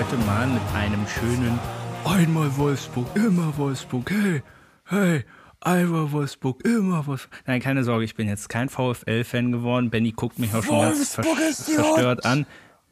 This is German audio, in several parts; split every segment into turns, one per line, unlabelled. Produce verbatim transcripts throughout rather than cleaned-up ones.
heute mal mit einem schönen Einmal Wolfsburg, immer Wolfsburg, hey, hey, einmal Wolfsburg, immer Wolfsburg. Nein, keine Sorge, ich bin jetzt kein VfL-Fan geworden. Benny guckt mich auch schon ganz vers- verstört an.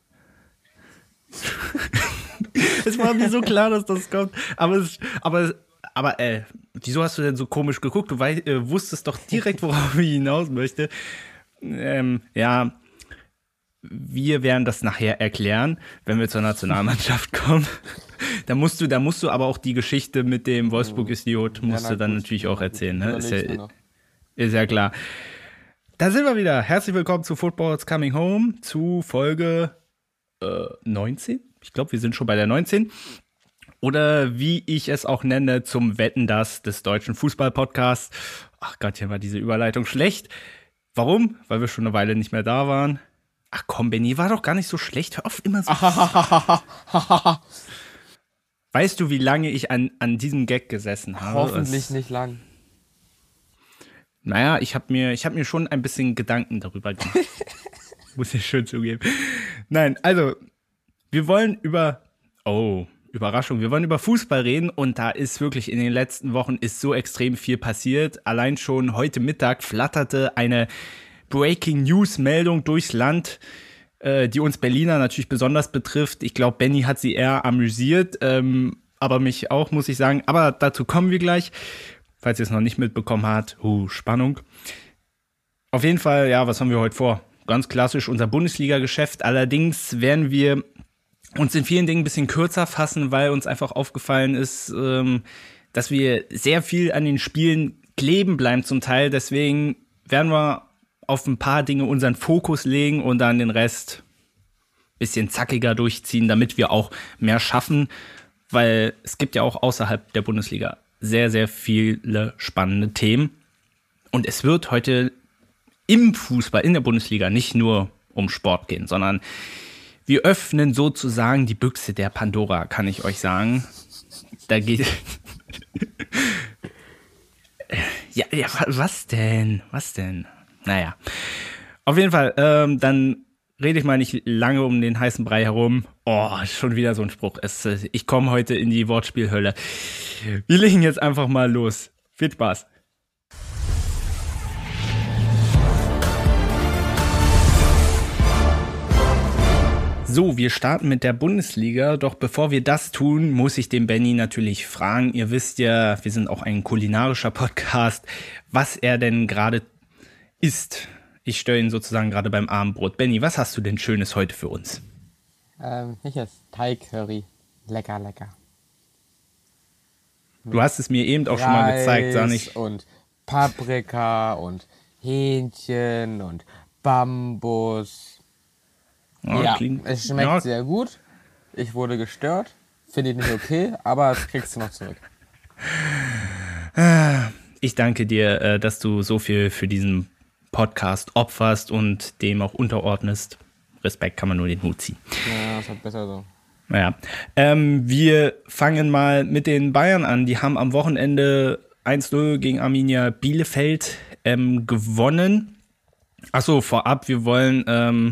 Es war mir so klar, dass das kommt. Aber, es, aber, aber äh, wieso hast du denn so komisch geguckt? Du wei- äh, wusstest doch direkt, worauf ich hinaus möchte. Ähm, ja, wir werden das nachher erklären, wenn wir zur Nationalmannschaft kommen. Da musst du, da musst du aber auch die Geschichte mit dem Wolfsburg Idiot musst ja, du dann gut, natürlich auch erzählen. Ne? Ist, ja, ist ja klar. Da sind wir wieder. Herzlich willkommen zu Football's Coming Home, zu Folge äh, neunzehn. Ich glaube, wir sind schon bei der neunzehn. Oder wie ich es auch nenne, zum Wetten, das des deutschen Fußball-Podcasts. Ach Gott, hier war diese Überleitung schlecht. Warum? Weil wir schon eine Weile nicht mehr da waren. Ach komm, Benni, war doch gar nicht so schlecht. Hör auf, immer so. Weißt du, wie lange ich an, an diesem Gag gesessen habe?
Hoffentlich es, nicht lang.
Naja, ich habe mir, ich hab mir schon ein bisschen Gedanken darüber gemacht. Muss ich schön zugeben. Nein, also, wir wollen über, oh, Überraschung, wir wollen über Fußball reden und da ist wirklich in den letzten Wochen ist so extrem viel passiert. Allein schon heute Mittag flatterte eine Breaking-News-Meldung durchs Land, äh, die uns Berliner natürlich besonders betrifft. Ich glaube, Benny hat sie eher amüsiert, ähm, aber mich auch, muss ich sagen. Aber dazu kommen wir gleich, falls ihr es noch nicht mitbekommen habt. Uh, Spannung. Auf jeden Fall, ja, was haben wir heute vor? Ganz klassisch unser Bundesliga-Geschäft. Allerdings werden wir uns in vielen Dingen ein bisschen kürzer fassen, weil uns einfach aufgefallen ist, ähm, dass wir sehr viel an den Spielen kleben bleiben zum Teil. Deswegen werden wir auf ein paar Dinge unseren Fokus legen und dann den Rest ein bisschen zackiger durchziehen, damit wir auch mehr schaffen, weil es gibt ja auch außerhalb der Bundesliga sehr, sehr viele spannende Themen. Und es wird heute im Fußball, in der Bundesliga nicht nur um Sport gehen, sondern wir öffnen sozusagen die Büchse der Pandora, kann ich euch sagen. Da geht... ja, ja, was denn? Was denn? Naja, auf jeden Fall, ähm, dann rede ich mal nicht lange um den heißen Brei herum. Oh, schon wieder so ein Spruch. Es, ich komme heute in die Wortspielhölle. Wir legen jetzt einfach mal los. Viel Spaß. So, wir starten mit der Bundesliga, doch bevor wir das tun, muss ich den Benny natürlich fragen. Ihr wisst ja, wir sind auch ein kulinarischer Podcast, was er denn gerade isst. Ich störe ihn sozusagen gerade beim Abendbrot. Benny, was hast du denn Schönes heute für uns?
Ähm, ich esse Thai-Curry. Lecker, lecker.
Du hast es mir eben auch Reis schon mal gezeigt, sah nicht.
Und Paprika und Hähnchen und Bambus.
Oh,
ja,
klingt,
es schmeckt ja. sehr gut. Ich wurde gestört. Finde ich nicht okay, aber das kriegst du noch zurück.
Ich danke dir, dass du so viel für diesen Podcast opferst und dem auch unterordnest. Respekt, kann man nur den Hut ziehen.
Ja, das ist besser so.
Naja, ähm, wir fangen mal mit den Bayern an. Die haben am Wochenende eins null gegen Arminia Bielefeld ähm, gewonnen. Achso, vorab, wir wollen ähm,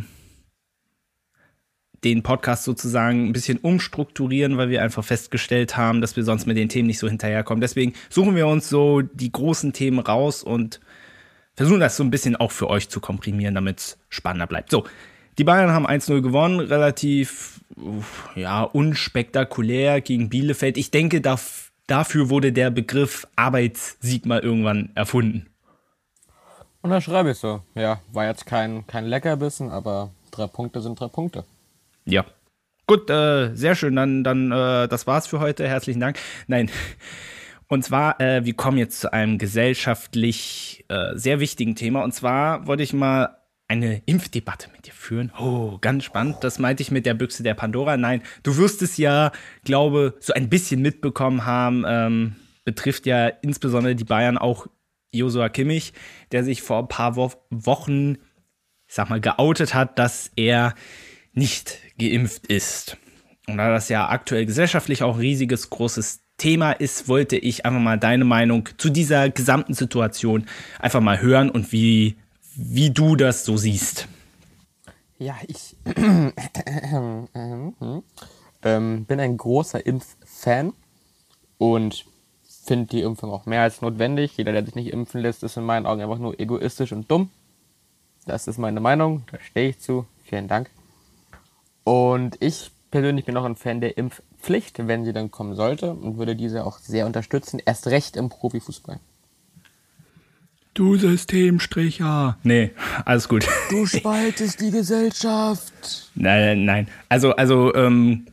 den Podcast sozusagen ein bisschen umstrukturieren, weil wir einfach festgestellt haben, dass wir sonst mit den Themen nicht so hinterherkommen. Deswegen suchen wir uns so die großen Themen raus und versuchen das so ein bisschen auch für euch zu komprimieren, damit es spannender bleibt. So, die Bayern haben eins null gewonnen, relativ ja, unspektakulär gegen Bielefeld. Ich denke, daf- dafür wurde der Begriff Arbeitssieg mal irgendwann erfunden.
Und da schreibe ich so. Ja, war jetzt kein, kein Leckerbissen, aber drei Punkte sind drei Punkte.
Ja. Gut, äh, sehr schön. Dann, dann äh, das war's für heute. Herzlichen Dank. Nein. Und zwar, äh, wir kommen jetzt zu einem gesellschaftlich äh, sehr wichtigen Thema. Und zwar wollte ich mal eine Impfdebatte mit dir führen. Oh, ganz spannend. Das meinte ich mit der Büchse der Pandora. Nein, du wirst es ja, glaube, so ein bisschen mitbekommen haben. Ähm, betrifft ja insbesondere die Bayern auch Joshua Kimmich, der sich vor ein paar Wo- Wochen, ich sag mal, geoutet hat, dass er nicht geimpft ist. Und da das ja aktuell gesellschaftlich auch ein riesiges, großes Thema ist, wollte ich einfach mal deine Meinung zu dieser gesamten Situation einfach mal hören und wie, wie du das so siehst.
Ja, ich Ähm, bin ein großer Impffan und finde die Impfung auch mehr als notwendig. Jeder, der sich nicht impfen lässt, ist in meinen Augen einfach nur egoistisch und dumm. Das ist meine Meinung, da stehe ich zu. Vielen Dank. Und ich persönlich bin auch ein Fan der Impfpflicht, wenn sie dann kommen sollte, und würde diese auch sehr unterstützen, erst recht im Profifußball.
Du Systemstricher. Nee, alles gut.
Du spaltest die Gesellschaft.
Nein, nein. Also, also, ähm,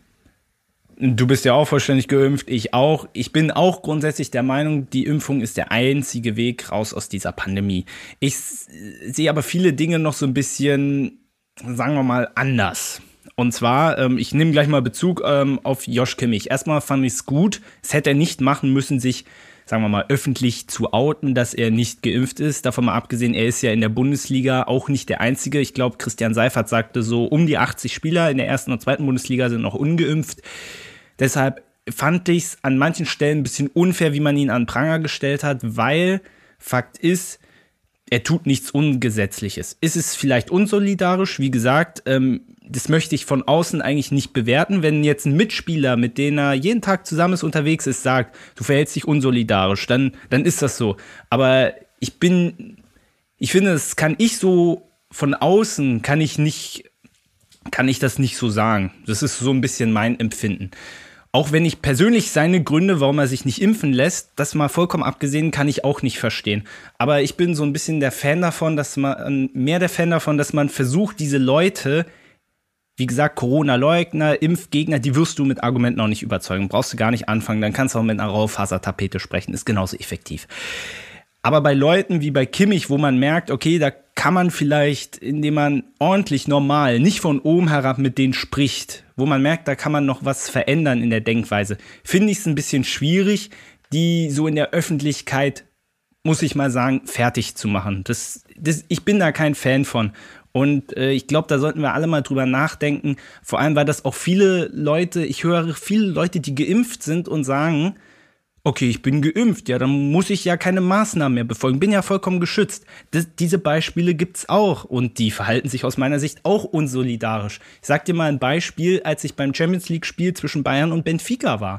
du bist ja auch vollständig geimpft, ich auch. Ich bin auch grundsätzlich der Meinung, die Impfung ist der einzige Weg raus aus dieser Pandemie. Ich sehe aber viele Dinge noch so ein bisschen, sagen wir mal, anders. Und zwar, ähm, ich nehme gleich mal Bezug ähm, auf Josh Kimmich. Erstmal fand ich es gut, es hätte er nicht machen müssen, sich, sagen wir mal, öffentlich zu outen, dass er nicht geimpft ist. Davon mal abgesehen, er ist ja in der Bundesliga auch nicht der Einzige. Ich glaube, Christian Seifert sagte so, um die achtzig Spieler in der ersten und zweiten Bundesliga sind noch ungeimpft. Deshalb fand ich es an manchen Stellen ein bisschen unfair, wie man ihn an Pranger gestellt hat, weil Fakt ist, er tut nichts Ungesetzliches. Ist es vielleicht unsolidarisch? Wie gesagt, ähm, das möchte ich von außen eigentlich nicht bewerten. Wenn jetzt ein Mitspieler, mit dem er jeden Tag zusammen ist, unterwegs ist, sagt, du verhältst dich unsolidarisch, dann, dann ist das so. Aber ich bin, ich finde, das kann ich so von außen, kann ich nicht, kann ich das nicht so sagen. Das ist so ein bisschen mein Empfinden. Auch wenn ich persönlich seine Gründe, warum er sich nicht impfen lässt, das mal vollkommen abgesehen, kann ich auch nicht verstehen. Aber ich bin so ein bisschen der Fan davon, dass man, mehr der Fan davon, dass man versucht, diese Leute, wie gesagt, Corona-Leugner, Impfgegner, die wirst du mit Argumenten auch nicht überzeugen. Brauchst du gar nicht anfangen, dann kannst du auch mit einer Raufasertapete sprechen, ist genauso effektiv. Aber bei Leuten wie bei Kimmich, wo man merkt, okay, da kann man vielleicht, indem man ordentlich normal, nicht von oben herab mit denen spricht, wo man merkt, da kann man noch was verändern in der Denkweise, finde ich es ein bisschen schwierig, die so in der Öffentlichkeit, muss ich mal sagen, fertig zu machen. Das, das, ich bin da kein Fan von. Und äh, ich glaube, da sollten wir alle mal drüber nachdenken. Vor allem, weil das auch viele Leute, ich höre viele Leute, die geimpft sind und sagen, okay, ich bin geimpft, ja, dann muss ich ja keine Maßnahmen mehr befolgen, bin ja vollkommen geschützt. Das, diese Beispiele gibt's auch und die verhalten sich aus meiner Sicht auch unsolidarisch. Ich sag dir mal ein Beispiel, als ich beim Champions-League-Spiel zwischen Bayern und Benfica war.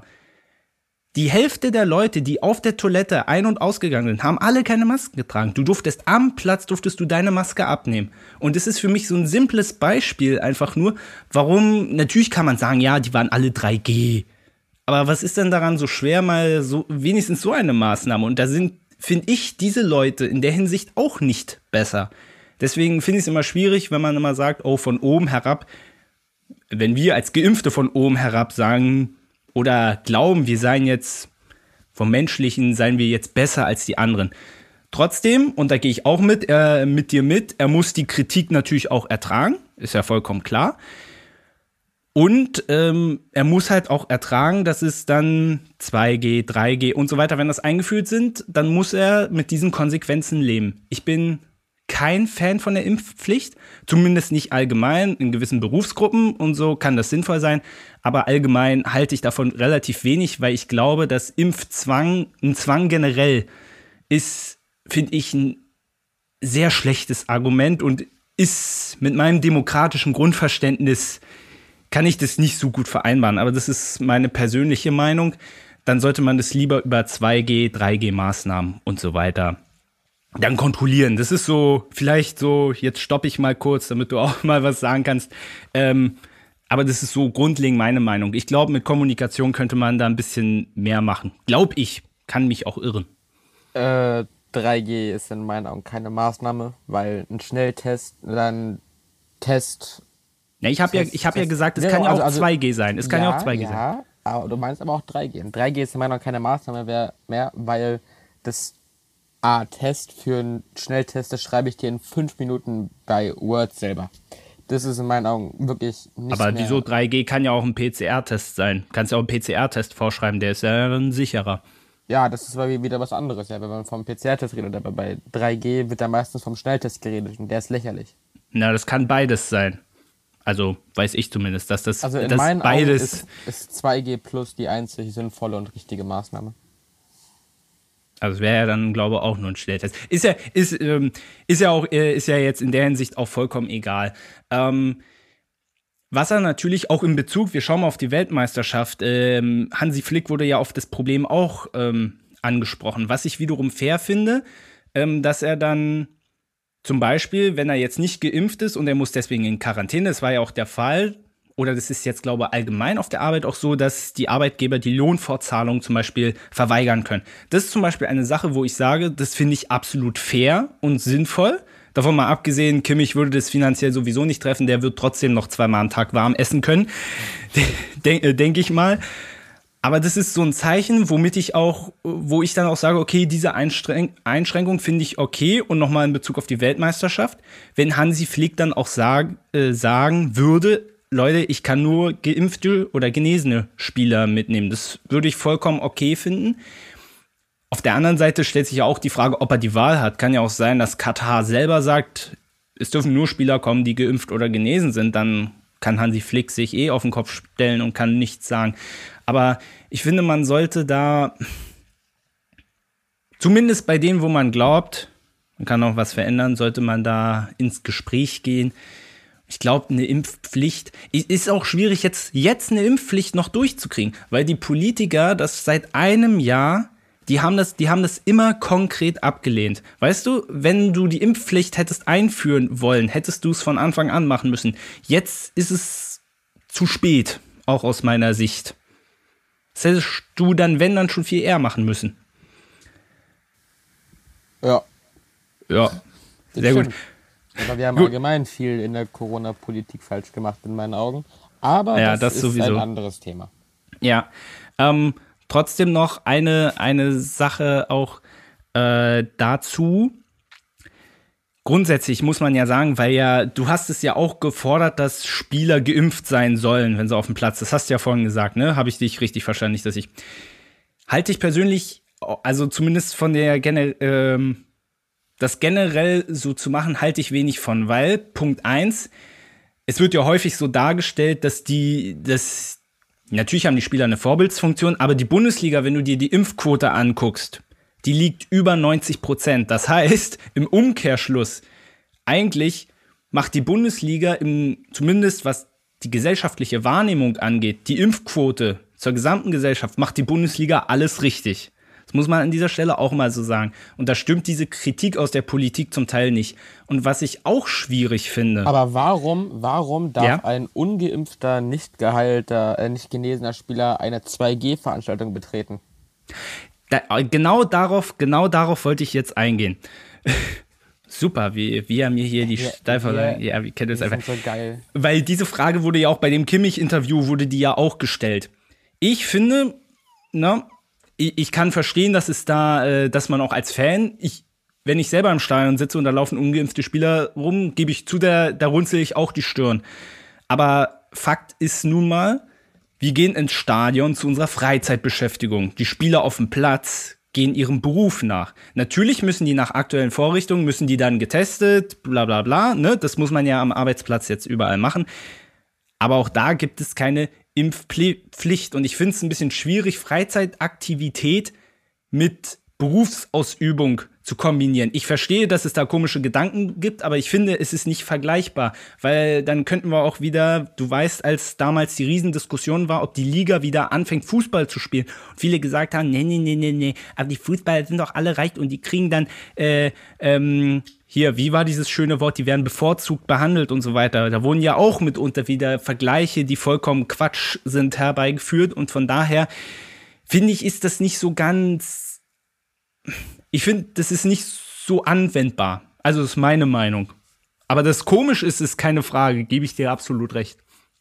Die Hälfte der Leute, die auf der Toilette ein- und ausgegangen sind, haben alle keine Masken getragen. Du durftest am Platz, durftest du deine Maske abnehmen. Und es ist für mich so ein simples Beispiel einfach nur, warum, natürlich kann man sagen, ja, die waren alle drei G. Aber was ist denn daran so schwer, mal so wenigstens so eine Maßnahme? Und da sind, finde ich, diese Leute in der Hinsicht auch nicht besser. Deswegen finde ich es immer schwierig, wenn man immer sagt, oh, von oben herab, wenn wir als Geimpfte von oben herab sagen oder glauben, wir seien jetzt vom Menschlichen, seien wir jetzt besser als die anderen. Trotzdem, und da gehe ich auch mit, äh, mit dir mit, er muss die Kritik natürlich auch ertragen, ist ja vollkommen klar. Und ähm, er muss halt auch ertragen, dass es dann zwei G, drei G und so weiter, wenn das eingeführt sind, dann muss er mit diesen Konsequenzen leben. Ich bin kein Fan von der Impfpflicht, zumindest nicht allgemein, in gewissen Berufsgruppen und so kann das sinnvoll sein, aber allgemein halte ich davon relativ wenig, weil ich glaube, dass Impfzwang, ein Zwang generell ist, finde ich, ein sehr schlechtes Argument und ist mit meinem demokratischen Grundverständnis kann ich das nicht so gut vereinbaren, aber das ist meine persönliche Meinung. Dann sollte man das lieber über zwei G, drei G Maßnahmen und so weiter dann kontrollieren. Das ist so, vielleicht so, jetzt stoppe ich mal kurz, damit du auch mal was sagen kannst. Ähm, aber das ist so grundlegend meine Meinung. Ich glaube, mit Kommunikation könnte man da ein bisschen mehr machen. Glaub ich, kann mich auch irren.
Äh, drei G ist in meinen Augen keine Maßnahme, weil ein Schnelltest, dann Test...
Ja, ich habe ja, ich hab ja gesagt, es kann ja auch also, zwei G sein. Es kann ja, ja auch zwei G
ja,
sein.
Ja, aber du meinst aber auch drei G. Und drei G ist in meiner Meinung keine Maßnahme mehr, weil das A-Test für einen Schnelltest, das schreibe ich dir in fünf Minuten bei Word selber. Das ist in meinen Augen wirklich nicht
aber
mehr...
wieso drei G kann ja auch ein P C R-Test sein. Kannst ja auch einen P C R-Test vorschreiben, der ist ja dann sicherer.
Ja, das ist aber wieder was anderes, ja, wenn man vom P C R-Test redet. Aber bei drei G wird da meistens vom Schnelltest geredet und der ist lächerlich.
Na, das kann beides sein. Also weiß ich zumindest, dass das
also in
dass
meinen
beides
Augen ist, ist zwei G plus die einzig sinnvolle und richtige Maßnahme.
Also wäre ja dann, glaube ich, auch nur ein Schnelltest. Ist ja, ist, ähm, ist ja auch, ist ja jetzt in der Hinsicht auch vollkommen egal. Ähm, Was er natürlich auch in Bezug, wir schauen mal auf die Weltmeisterschaft, ähm, Hansi Flick wurde ja auf das Problem auch ähm, angesprochen, was ich wiederum fair finde, ähm, dass er dann zum Beispiel, wenn er jetzt nicht geimpft ist und er muss deswegen in Quarantäne, das war ja auch der Fall, oder das ist jetzt, glaube ich, allgemein auf der Arbeit auch so, dass die Arbeitgeber die Lohnfortzahlung zum Beispiel verweigern können. Das ist zum Beispiel eine Sache, wo ich sage, das finde ich absolut fair und sinnvoll. Davon mal abgesehen, Kimmich würde das finanziell sowieso nicht treffen, der wird trotzdem noch zweimal am Tag warm essen können, denke denk ich mal. Aber das ist so ein Zeichen, womit ich auch, wo ich dann auch sage, okay, diese Einschränk- Einschränkung finde ich okay. Und nochmal in Bezug auf die Weltmeisterschaft, wenn Hansi Flick dann auch sag, äh, sagen würde, Leute, ich kann nur geimpfte oder genesene Spieler mitnehmen. Das würde ich vollkommen okay finden. Auf der anderen Seite stellt sich ja auch die Frage, ob er die Wahl hat. Kann ja auch sein, dass Katar selber sagt, es dürfen nur Spieler kommen, die geimpft oder genesen sind. Dann kann Hansi Flick sich eh auf den Kopf stellen und kann nichts sagen. Aber ich finde, man sollte da, zumindest bei denen, wo man glaubt, man kann auch was verändern, sollte man da ins Gespräch gehen. Ich glaube, eine Impfpflicht ist auch schwierig, jetzt, jetzt eine Impfpflicht noch durchzukriegen, weil die Politiker das seit einem Jahr, die haben das, die haben das immer konkret abgelehnt. Weißt du, wenn du die Impfpflicht hättest einführen wollen, hättest du es von Anfang an machen müssen. Jetzt ist es zu spät, auch aus meiner Sicht. Das hättest du dann, wenn, dann schon viel eher machen müssen.
Ja.
Ja,
Das
sehr
stimmt.
gut.
Aber wir haben
Gut.
allgemein viel in der Corona-Politik falsch gemacht, in meinen Augen. Aber
Ja,
das,
das
ist
sowieso.
ein anderes Thema.
Ja, ähm, trotzdem noch eine, eine Sache auch äh, dazu. Grundsätzlich muss man ja sagen, weil ja, du hast es ja auch gefordert, dass Spieler geimpft sein sollen, wenn sie auf dem Platz. Das hast du ja vorhin gesagt, ne? Habe ich dich richtig verstanden, nicht, dass ich. Halte ich persönlich, also zumindest von der generell, ähm, das generell so zu machen, halte ich wenig von, weil, Punkt eins, es wird ja häufig so dargestellt, dass die, dass, natürlich haben die Spieler eine Vorbildsfunktion, aber die Bundesliga, wenn du dir die Impfquote anguckst, die liegt über neunzig Prozent. Das heißt, im Umkehrschluss, eigentlich macht die Bundesliga, im, zumindest was die gesellschaftliche Wahrnehmung angeht, die Impfquote zur gesamten Gesellschaft, macht die Bundesliga alles richtig. Das muss man an dieser Stelle auch mal so sagen. Und da stimmt diese Kritik aus der Politik zum Teil nicht. Und was ich auch schwierig finde.
Aber warum, warum darf
Ja?
ein ungeimpfter, nicht geheilter, äh, nicht genesener Spieler eine zwei G Veranstaltung betreten?
Da, genau darauf, genau darauf wollte ich jetzt eingehen. Super, wie, wie er mir hier die
Wir-
Steilvorlage,
wir-
ja, wir kennen das
Die
einfach.
sind so geil.
Weil diese Frage wurde ja auch bei dem Kimmich-Interview, wurde die ja auch gestellt. Ich finde, ne, ich, ich kann verstehen, dass es da, äh, dass man auch als Fan, ich, wenn ich selber im Stadion sitze und da laufen ungeimpfte Spieler rum, gebe ich zu, da, da runzel ich auch die Stirn. Aber Fakt ist nun mal, wir gehen ins Stadion zu unserer Freizeitbeschäftigung. Die Spieler auf dem Platz gehen ihrem Beruf nach. Natürlich müssen die nach aktuellen Vorrichtungen, müssen die dann getestet, bla bla bla, ne? Das muss man ja am Arbeitsplatz jetzt überall machen. Aber auch da gibt es keine Impfpflicht. Und ich finde es ein bisschen schwierig, Freizeitaktivität mit Berufsausübung zu kombinieren. Ich verstehe, dass es da komische Gedanken gibt, aber ich finde, es ist nicht vergleichbar, weil dann könnten wir auch wieder, du weißt, als damals die Riesendiskussion war, ob die Liga wieder anfängt, Fußball zu spielen. Und viele gesagt haben, nee, nee, nee, nee, nee, aber die Fußballer sind doch alle reich und die kriegen dann, äh, ähm, hier, wie war dieses schöne Wort, die werden bevorzugt behandelt und so weiter. Da wurden ja auch mitunter wieder Vergleiche, die vollkommen Quatsch sind, herbeigeführt und von daher finde ich, ist das nicht so ganz, ich finde, das ist nicht so anwendbar. Also das ist meine Meinung. Aber das komisch ist, ist keine Frage, gebe ich dir absolut recht.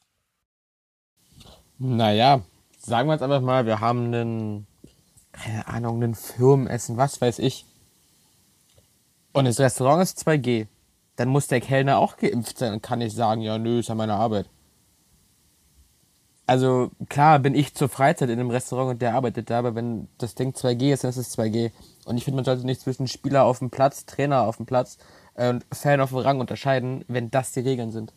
Naja, sagen wir jetzt einfach mal, wir haben einen, keine Ahnung, einen Firmenessen, was weiß ich. Und das Restaurant ist zwei G. Dann muss der Kellner auch geimpft sein und kann nicht sagen, ja, nö, ist ja meine Arbeit. Also klar bin ich zur Freizeit in einem Restaurant und der arbeitet da, aber wenn das Ding zwei G ist, dann ist es zwei G. Und ich finde, man sollte nicht zwischen Spieler auf dem Platz, Trainer auf dem Platz äh, und Fan auf dem Rang unterscheiden, wenn das die Regeln sind.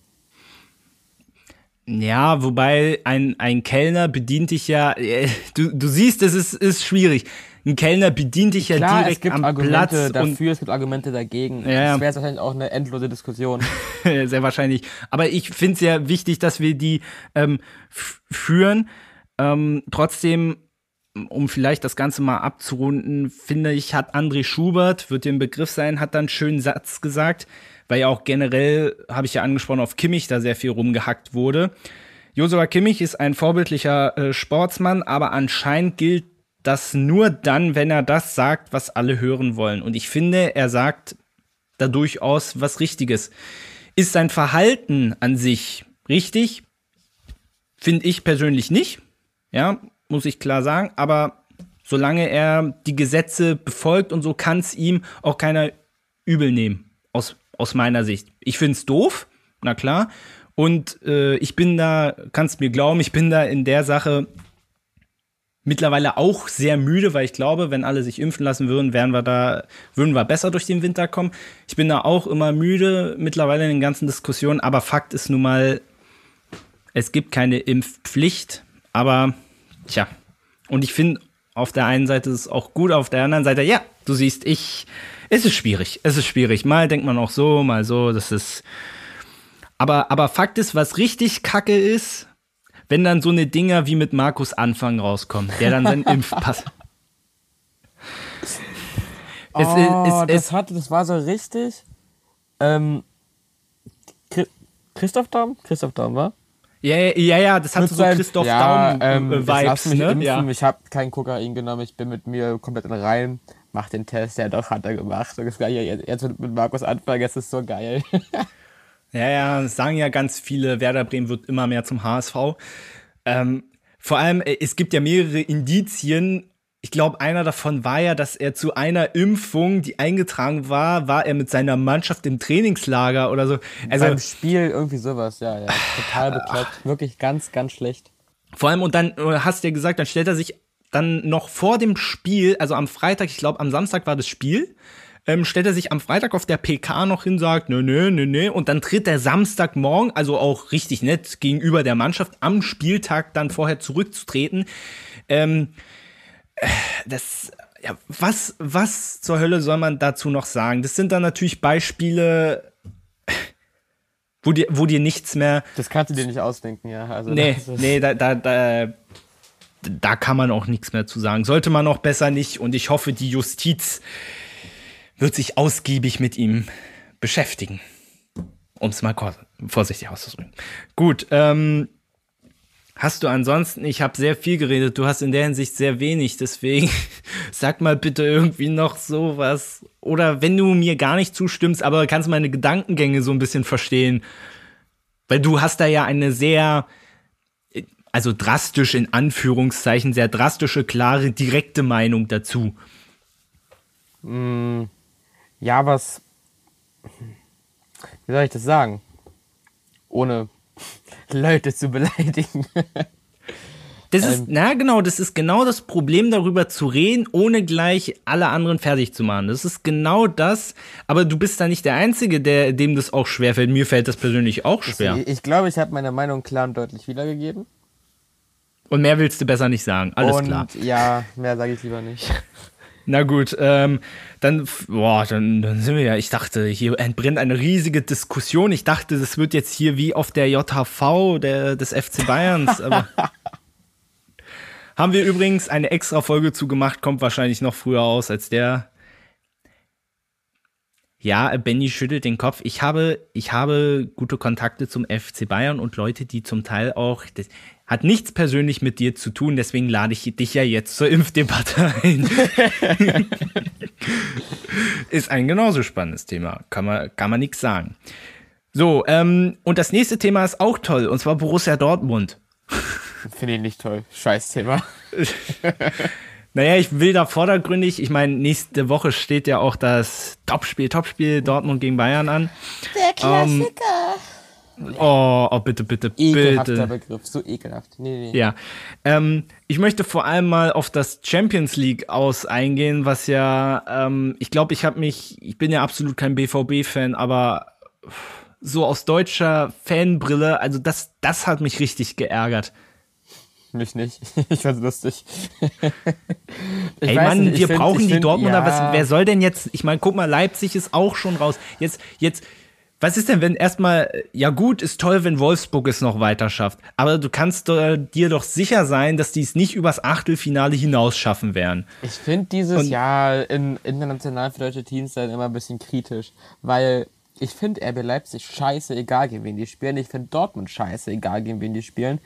Ja, wobei ein, ein Kellner bedient dich ja, äh, du, du siehst, es ist, ist schwierig. ein Kellner bedient dich ja
Klar,
direkt
es gibt
am
Argumente
Platz.
dafür,
Und
es gibt Argumente dagegen.
Ja, ja.
Das wäre wahrscheinlich auch eine endlose Diskussion.
sehr wahrscheinlich. Aber ich finde es sehr wichtig, dass wir die ähm, f- führen. Ähm, trotzdem, um vielleicht das Ganze mal abzurunden, finde ich, hat André Schubert, wird dir ein Begriff sein, hat dann einen schönen Satz gesagt, weil ja auch generell, habe ich ja angesprochen, auf Kimmich da sehr viel rumgehackt wurde. Joshua Kimmich ist ein vorbildlicher äh, Sportsmann, aber anscheinend gilt das nur dann, wenn er das sagt, was alle hören wollen. Und ich finde, er sagt da durchaus was Richtiges. Ist sein Verhalten an sich richtig? Finde ich persönlich nicht. Ja, muss ich klar sagen. Aber solange er die Gesetze befolgt und so, kann es ihm auch keiner übel nehmen. Aus, aus meiner Sicht. Ich finde es doof, na klar. Und äh, ich bin da, kannst mir glauben, ich bin da in der Sache mittlerweile auch sehr müde, weil ich glaube, wenn alle sich impfen lassen würden, wären wir da, würden wir besser durch den Winter kommen. Ich bin da auch immer müde mittlerweile in den ganzen Diskussionen, aber Fakt ist nun mal, es gibt keine Impfpflicht, aber tja, und ich finde, auf der einen Seite ist es auch gut, auf der anderen Seite, ja, du siehst, ich, es ist schwierig, es ist schwierig. Mal denkt man auch so, mal so, das ist, aber, aber Fakt ist, was richtig kacke ist, wenn dann so eine Dinger wie mit Markus Anfang rauskommen, der dann seinen Impfpass.
Oh,
es, es, es,
das, hat, das war so richtig. Ähm, Chri- Christoph Daum? Christoph Daum, war?
Ja, ja, ja, das hat
Mit
so
seinem-
Christoph
ja,
Daum
ähm,
äh,
ich lass
Vibes,
mich
ne?
impfen,
Ja.
ich habe kein Kokain genommen, ich bin mit mir komplett rein, mach den Test, ja doch, hat er gemacht. Und das geil, jetzt, jetzt mit Markus Anfang, es ist so geil.
Ja, ja, das sagen ja ganz viele, Werder Bremen wird immer mehr zum H S V. Ähm, vor allem, äh, es gibt ja mehrere Indizien. Ich glaube, einer davon war ja, dass er zu einer Impfung, die eingetragen war, war er mit seiner Mannschaft im Trainingslager oder so. Also
Beim Spiel irgendwie sowas, ja, ja. Total bekloppt. Wirklich ganz, ganz schlecht.
vor allem, und dann äh, hast du ja gesagt, dann stellt er sich dann noch vor dem Spiel, also am Freitag, ich glaube, am Samstag war das Spiel, ähm, stellt er sich am Freitag auf der P K noch hin, sagt, nö, nö, nö, nö, und dann tritt er Samstagmorgen, also auch richtig nett gegenüber der Mannschaft, am Spieltag dann vorher zurückzutreten. Ähm, äh, das, ja, was, was zur Hölle soll man dazu noch sagen? Das sind dann natürlich Beispiele, wo dir, wo dir nichts mehr.
Das kannst du dir nicht ausdenken, ja. Also
Nee,
das ist-
nee, da, da, da, da kann man auch nichts mehr zu sagen. Sollte man auch besser nicht. Und ich hoffe, die Justiz wird sich ausgiebig mit ihm beschäftigen. Um es mal kurz, vorsichtig auszudrücken. Gut, ähm, hast du ansonsten, ich habe sehr viel geredet, du hast in der Hinsicht sehr wenig, deswegen sag mal bitte irgendwie noch sowas. Oder wenn du mir gar nicht zustimmst, aber kannst meine Gedankengänge so ein bisschen verstehen. Weil du hast da ja eine sehr, also drastisch in Anführungszeichen, sehr drastische, klare, direkte Meinung dazu.
Ja, was. Wie soll ich das sagen? Ohne Leute zu beleidigen.
Das ist, na genau, das ist genau das Problem, darüber zu reden, ohne gleich alle anderen fertig zu machen. Das ist genau das, aber du bist da nicht der Einzige, der, dem das auch schwerfällt. Mir fällt das persönlich auch schwer.
Ich, ich glaube, ich habe meine Meinung klar und deutlich wiedergegeben.
Und mehr willst du besser nicht sagen, alles
und
klar.
ja, mehr sage ich lieber nicht.
Na gut, ähm, dann, boah, dann, dann sind wir ja, ich dachte, hier entbrennt eine riesige Diskussion. Ich dachte, das wird jetzt hier wie auf der J H V der, des F C Bayerns, aber haben wir übrigens eine extra Folge zu gemacht, kommt wahrscheinlich noch früher aus als der. Ja, Benny schüttelt den Kopf. Ich habe, ich habe gute Kontakte zum F C Bayern und Leute, die zum Teil auch, das hat nichts persönlich mit dir zu tun, deswegen lade ich dich ja jetzt zur Impfdebatte ein. Ist ein genauso spannendes Thema, kann man, kann man nichts sagen. So, ähm, und das nächste Thema ist auch toll, und zwar Borussia Dortmund.
Finde ich nicht toll. Scheiß Thema.
Naja, ich will da vordergründig, ich meine, nächste Woche steht ja auch das Topspiel, Topspiel Dortmund gegen Bayern an.
Der Klassiker.
Oh, oh bitte, bitte,
Ekelhafter
bitte.
Begriff. So ekelhaft. Nee, nee.
Ja, ähm, ich möchte vor allem mal auf das Champions League aus eingehen, was ja, ähm, ich glaube, ich habe mich, ich bin ja absolut kein B V B-Fan, aber so aus deutscher Fanbrille, also das, das hat mich richtig geärgert.
mich nicht. Ich fand's lustig. Ich
Ey
weiß
Mann,
nicht, ich
wir
find-
brauchen
ich
die
find,
Dortmunder.
ja,
Was, wer soll denn jetzt, ich meine, guck mal, Leipzig ist auch schon raus. Jetzt, jetzt, was ist denn, wenn erstmal, ja gut, ist toll, wenn Wolfsburg es noch weiter schafft. Aber du kannst äh, dir doch sicher sein, dass die es nicht übers Achtelfinale hinaus schaffen werden.
Ich finde dieses
Und-
Jahr in, international für deutsche Teams dann immer ein bisschen kritisch, weil ich finde R B Leipzig scheiße, egal gegen wen die spielen. Ich finde Dortmund scheiße, egal gegen wen die spielen.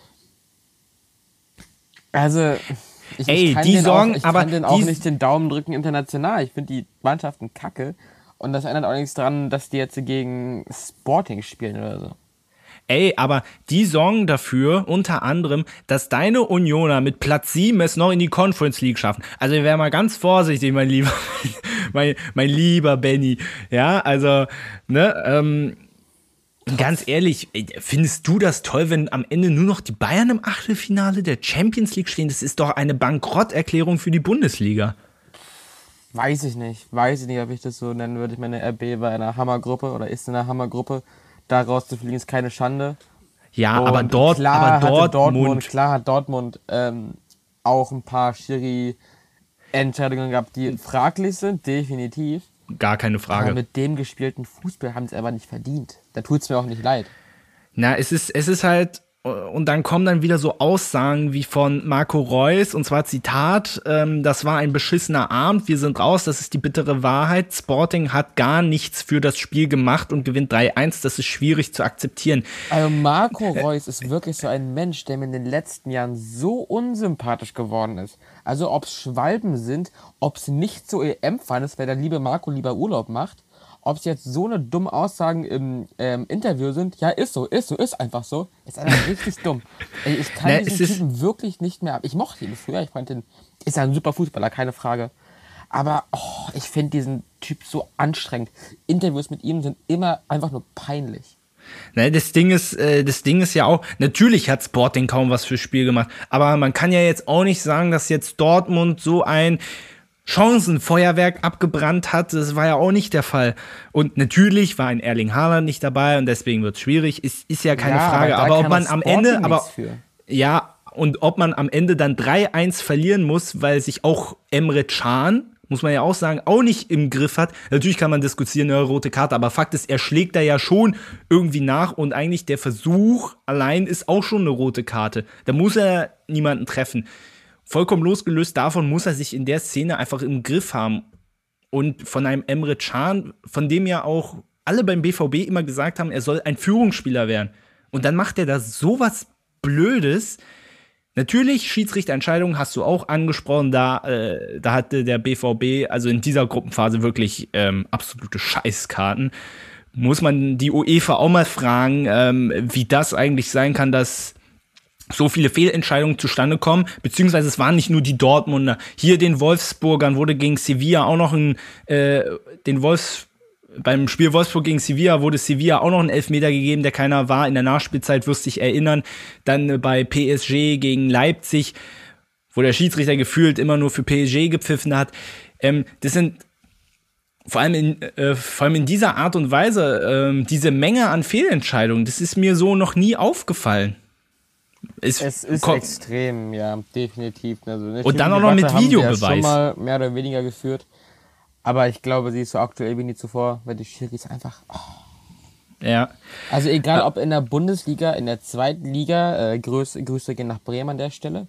Also, ich,
Ey,
ich kann
die
denen
Sorgen,
auch, ich
aber
kann denen auch
die-
nicht den Daumen drücken international. Ich finde die Mannschaften kacke. Und das ändert auch nichts dran, dass die jetzt gegen Sporting spielen oder so.
Ey, aber die sorgen dafür, unter anderem, dass deine Unioner mit Platz sieben es noch in die Conference League schaffen. Also, wir wären mal ganz vorsichtig, mein lieber, mein, mein lieber Benny. Ja, also, ne, ähm, ganz ehrlich, ey, findest du das toll, wenn am Ende nur noch die Bayern im Achtelfinale der Champions League stehen? Das ist doch eine Bankrotterklärung für die Bundesliga.
Weiß ich nicht. Weiß ich nicht, ob ich das so nennen würde. Ich meine, R B war in einer Hammergruppe oder ist in einer Hammergruppe. Da rauszufliegen ist keine Schande.
Ja,
Und
aber dort,
klar
aber
hatte
Dortmund,
Dortmund, klar hat Dortmund ähm, auch ein paar Schiri-Entscheidungen gehabt, die fraglich sind, definitiv.
gar keine Frage.
Aber mit dem gespielten Fußball haben sie es einfach nicht verdient. Da tut es mir auch nicht leid.
Na, es ist, es ist halt, und dann kommen dann wieder so Aussagen wie von Marco Reus, und zwar Zitat, ähm, das war ein beschissener Abend, wir sind raus, das ist die bittere Wahrheit. Sporting hat gar nichts für das Spiel gemacht und gewinnt drei eins, das ist schwierig zu akzeptieren.
Also Marco Reus ist wirklich so ein Mensch, der mir in den letzten Jahren so unsympathisch geworden ist. Also ob es Schwalben sind, ob es nicht so E M-Fan ist, weil der liebe Marco lieber Urlaub macht, ob es jetzt so eine dumme Aussagen im ähm, Interview sind, ja, ist so, ist so, ist einfach so, ist einfach richtig dumm. Ey, ich kann
Na,
diesen
es ist-
Typen wirklich nicht mehr ab. Ich mochte ihn früher, ich fand ihn, ist ja ein super Fußballer, keine Frage. Aber oh, ich finde diesen Typ so anstrengend. Interviews mit ihm sind immer einfach nur peinlich.
Ne, das Ding ist, äh, das Ding ist ja auch, natürlich hat Sporting kaum was fürs Spiel gemacht, aber man kann ja jetzt auch nicht sagen, dass jetzt Dortmund so ein Chancenfeuerwerk abgebrannt hat. Das war ja auch nicht der Fall. Und natürlich war ein Erling Haaland nicht dabei und deswegen wird es schwierig. Ist, ist ja keine
Ja,
Frage.
aber da
Aber ob
kann
man
auch
am
Sporting
Ende,
nichts
aber
für.
ja, und ob man am Ende dann drei eins verlieren muss, weil sich auch Emre Can, muss man ja auch sagen, auch nicht im Griff hat. Natürlich kann man diskutieren, eine rote Karte, aber Fakt ist, er schlägt da ja schon irgendwie nach und eigentlich der Versuch allein ist auch schon eine rote Karte. Da muss er niemanden treffen. Vollkommen losgelöst davon muss er sich in der Szene einfach im Griff haben. Und von einem Emre Can, von dem ja auch alle beim B V B immer gesagt haben, er soll ein Führungsspieler werden. Und dann macht er da sowas Blödes. Natürlich, Schiedsrichterentscheidungen hast du auch angesprochen, da, äh, da hatte der B V B also in dieser Gruppenphase wirklich ähm, absolute Scheißkarten. Muss man die UEFA auch mal fragen, ähm, wie das eigentlich sein kann, dass so viele Fehlentscheidungen zustande kommen, beziehungsweise es waren nicht nur die Dortmunder. Hier den Wolfsburgern wurde gegen Sevilla auch noch ein, äh, den Wolfs, beim Spiel Wolfsburg gegen Sevilla wurde Sevilla auch noch ein Elfmeter gegeben, der keiner war. In der Nachspielzeit wirst du dich erinnern. Dann äh, bei P S G gegen Leipzig, wo der Schiedsrichter gefühlt immer nur für P S G gepfiffen hat. Ähm, das sind vor allem in, äh, vor allem in dieser Art und Weise, ähm, diese Menge an Fehlentscheidungen, das ist mir so noch nie aufgefallen. Es,
Es ist
ko-
extrem, ja, definitiv. Also eine
Und dann auch
Debatte
noch mit
haben wir
Videobeweis.
Ja schon mal mehr oder weniger geführt. Aber ich glaube, sie ist so aktuell wie nie zuvor, weil die Schiris einfach. Oh.
ja.
Also egal ob in der Bundesliga, in der zweiten Liga, äh, Grüße, Grüße gehen nach Bremen an der Stelle.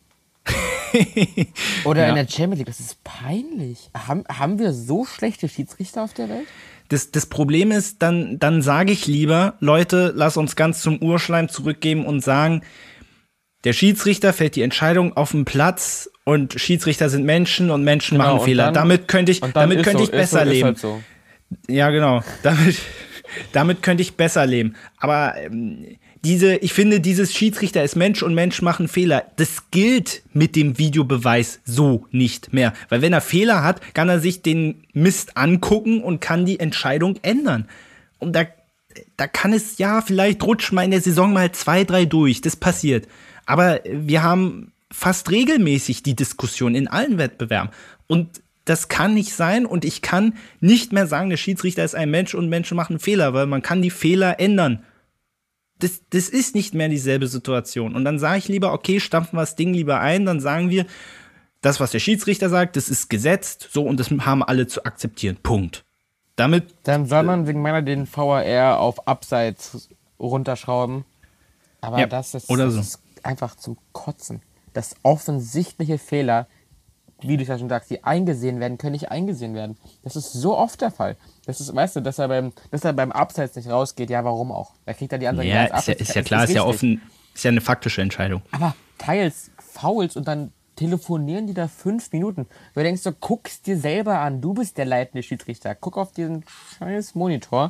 Oder
Ja.
in der Champions League, das ist peinlich. Haben, haben wir so schlechte Schiedsrichter auf der Welt?
Das, das Problem ist, dann, dann sage ich lieber, Leute, lass uns ganz zum Urschleim zurückgeben und sagen, der Schiedsrichter fällt die Entscheidung auf den Platz und Schiedsrichter sind Menschen und Menschen
Genau,
machen
und
Fehler.
dann-
damit könnte ich,
Und dann
damit
ist
könnte
so,
ich
ist
besser
so,
leben.
Ist halt so.
Ja, genau. Damit, damit könnte ich besser leben. Aber ähm, diese, ich finde, dieses Schiedsrichter ist Mensch und Mensch machen Fehler. Das gilt mit dem Videobeweis so nicht mehr. Weil wenn er Fehler hat, kann er sich den Mist angucken und kann die Entscheidung ändern. Und da, da kann es, ja, vielleicht rutscht mal in der Saison mal zwei, drei durch. Das passiert. Aber wir haben fast regelmäßig die Diskussion in allen Wettbewerben. Und das kann nicht sein und ich kann nicht mehr sagen, der Schiedsrichter ist ein Mensch und Menschen machen Fehler, weil man kann die Fehler ändern. das, das ist nicht mehr dieselbe Situation. Und dann sage ich lieber, okay, stampfen wir das Ding lieber ein, dann sagen wir, das, was der Schiedsrichter sagt, das ist gesetzt, so, und das haben alle zu akzeptieren. Punkt. Damit.
Dann soll man wegen meiner den V R R auf Abseits runterschrauben. Aber
ja,
das, ist,
oder
das
so.
ist einfach zum Kotzen. Das offensichtliche Fehler, wie du ja schon sagst, die eingesehen werden, können nicht eingesehen werden. Das ist so oft der Fall. Das ist, weißt du, dass er beim, dass er beim Abseits nicht rausgeht, ja, warum auch? Da kriegt er die Ansage,
Ja,
ja,
ist ja, ist ja klar, ist, ist ja offen, ist ja eine faktische Entscheidung.
Aber teils Fouls und dann telefonieren die da fünf Minuten. Du denkst so, guck's dir selber an, du bist der leitende Schiedsrichter. Guck auf diesen scheiß Monitor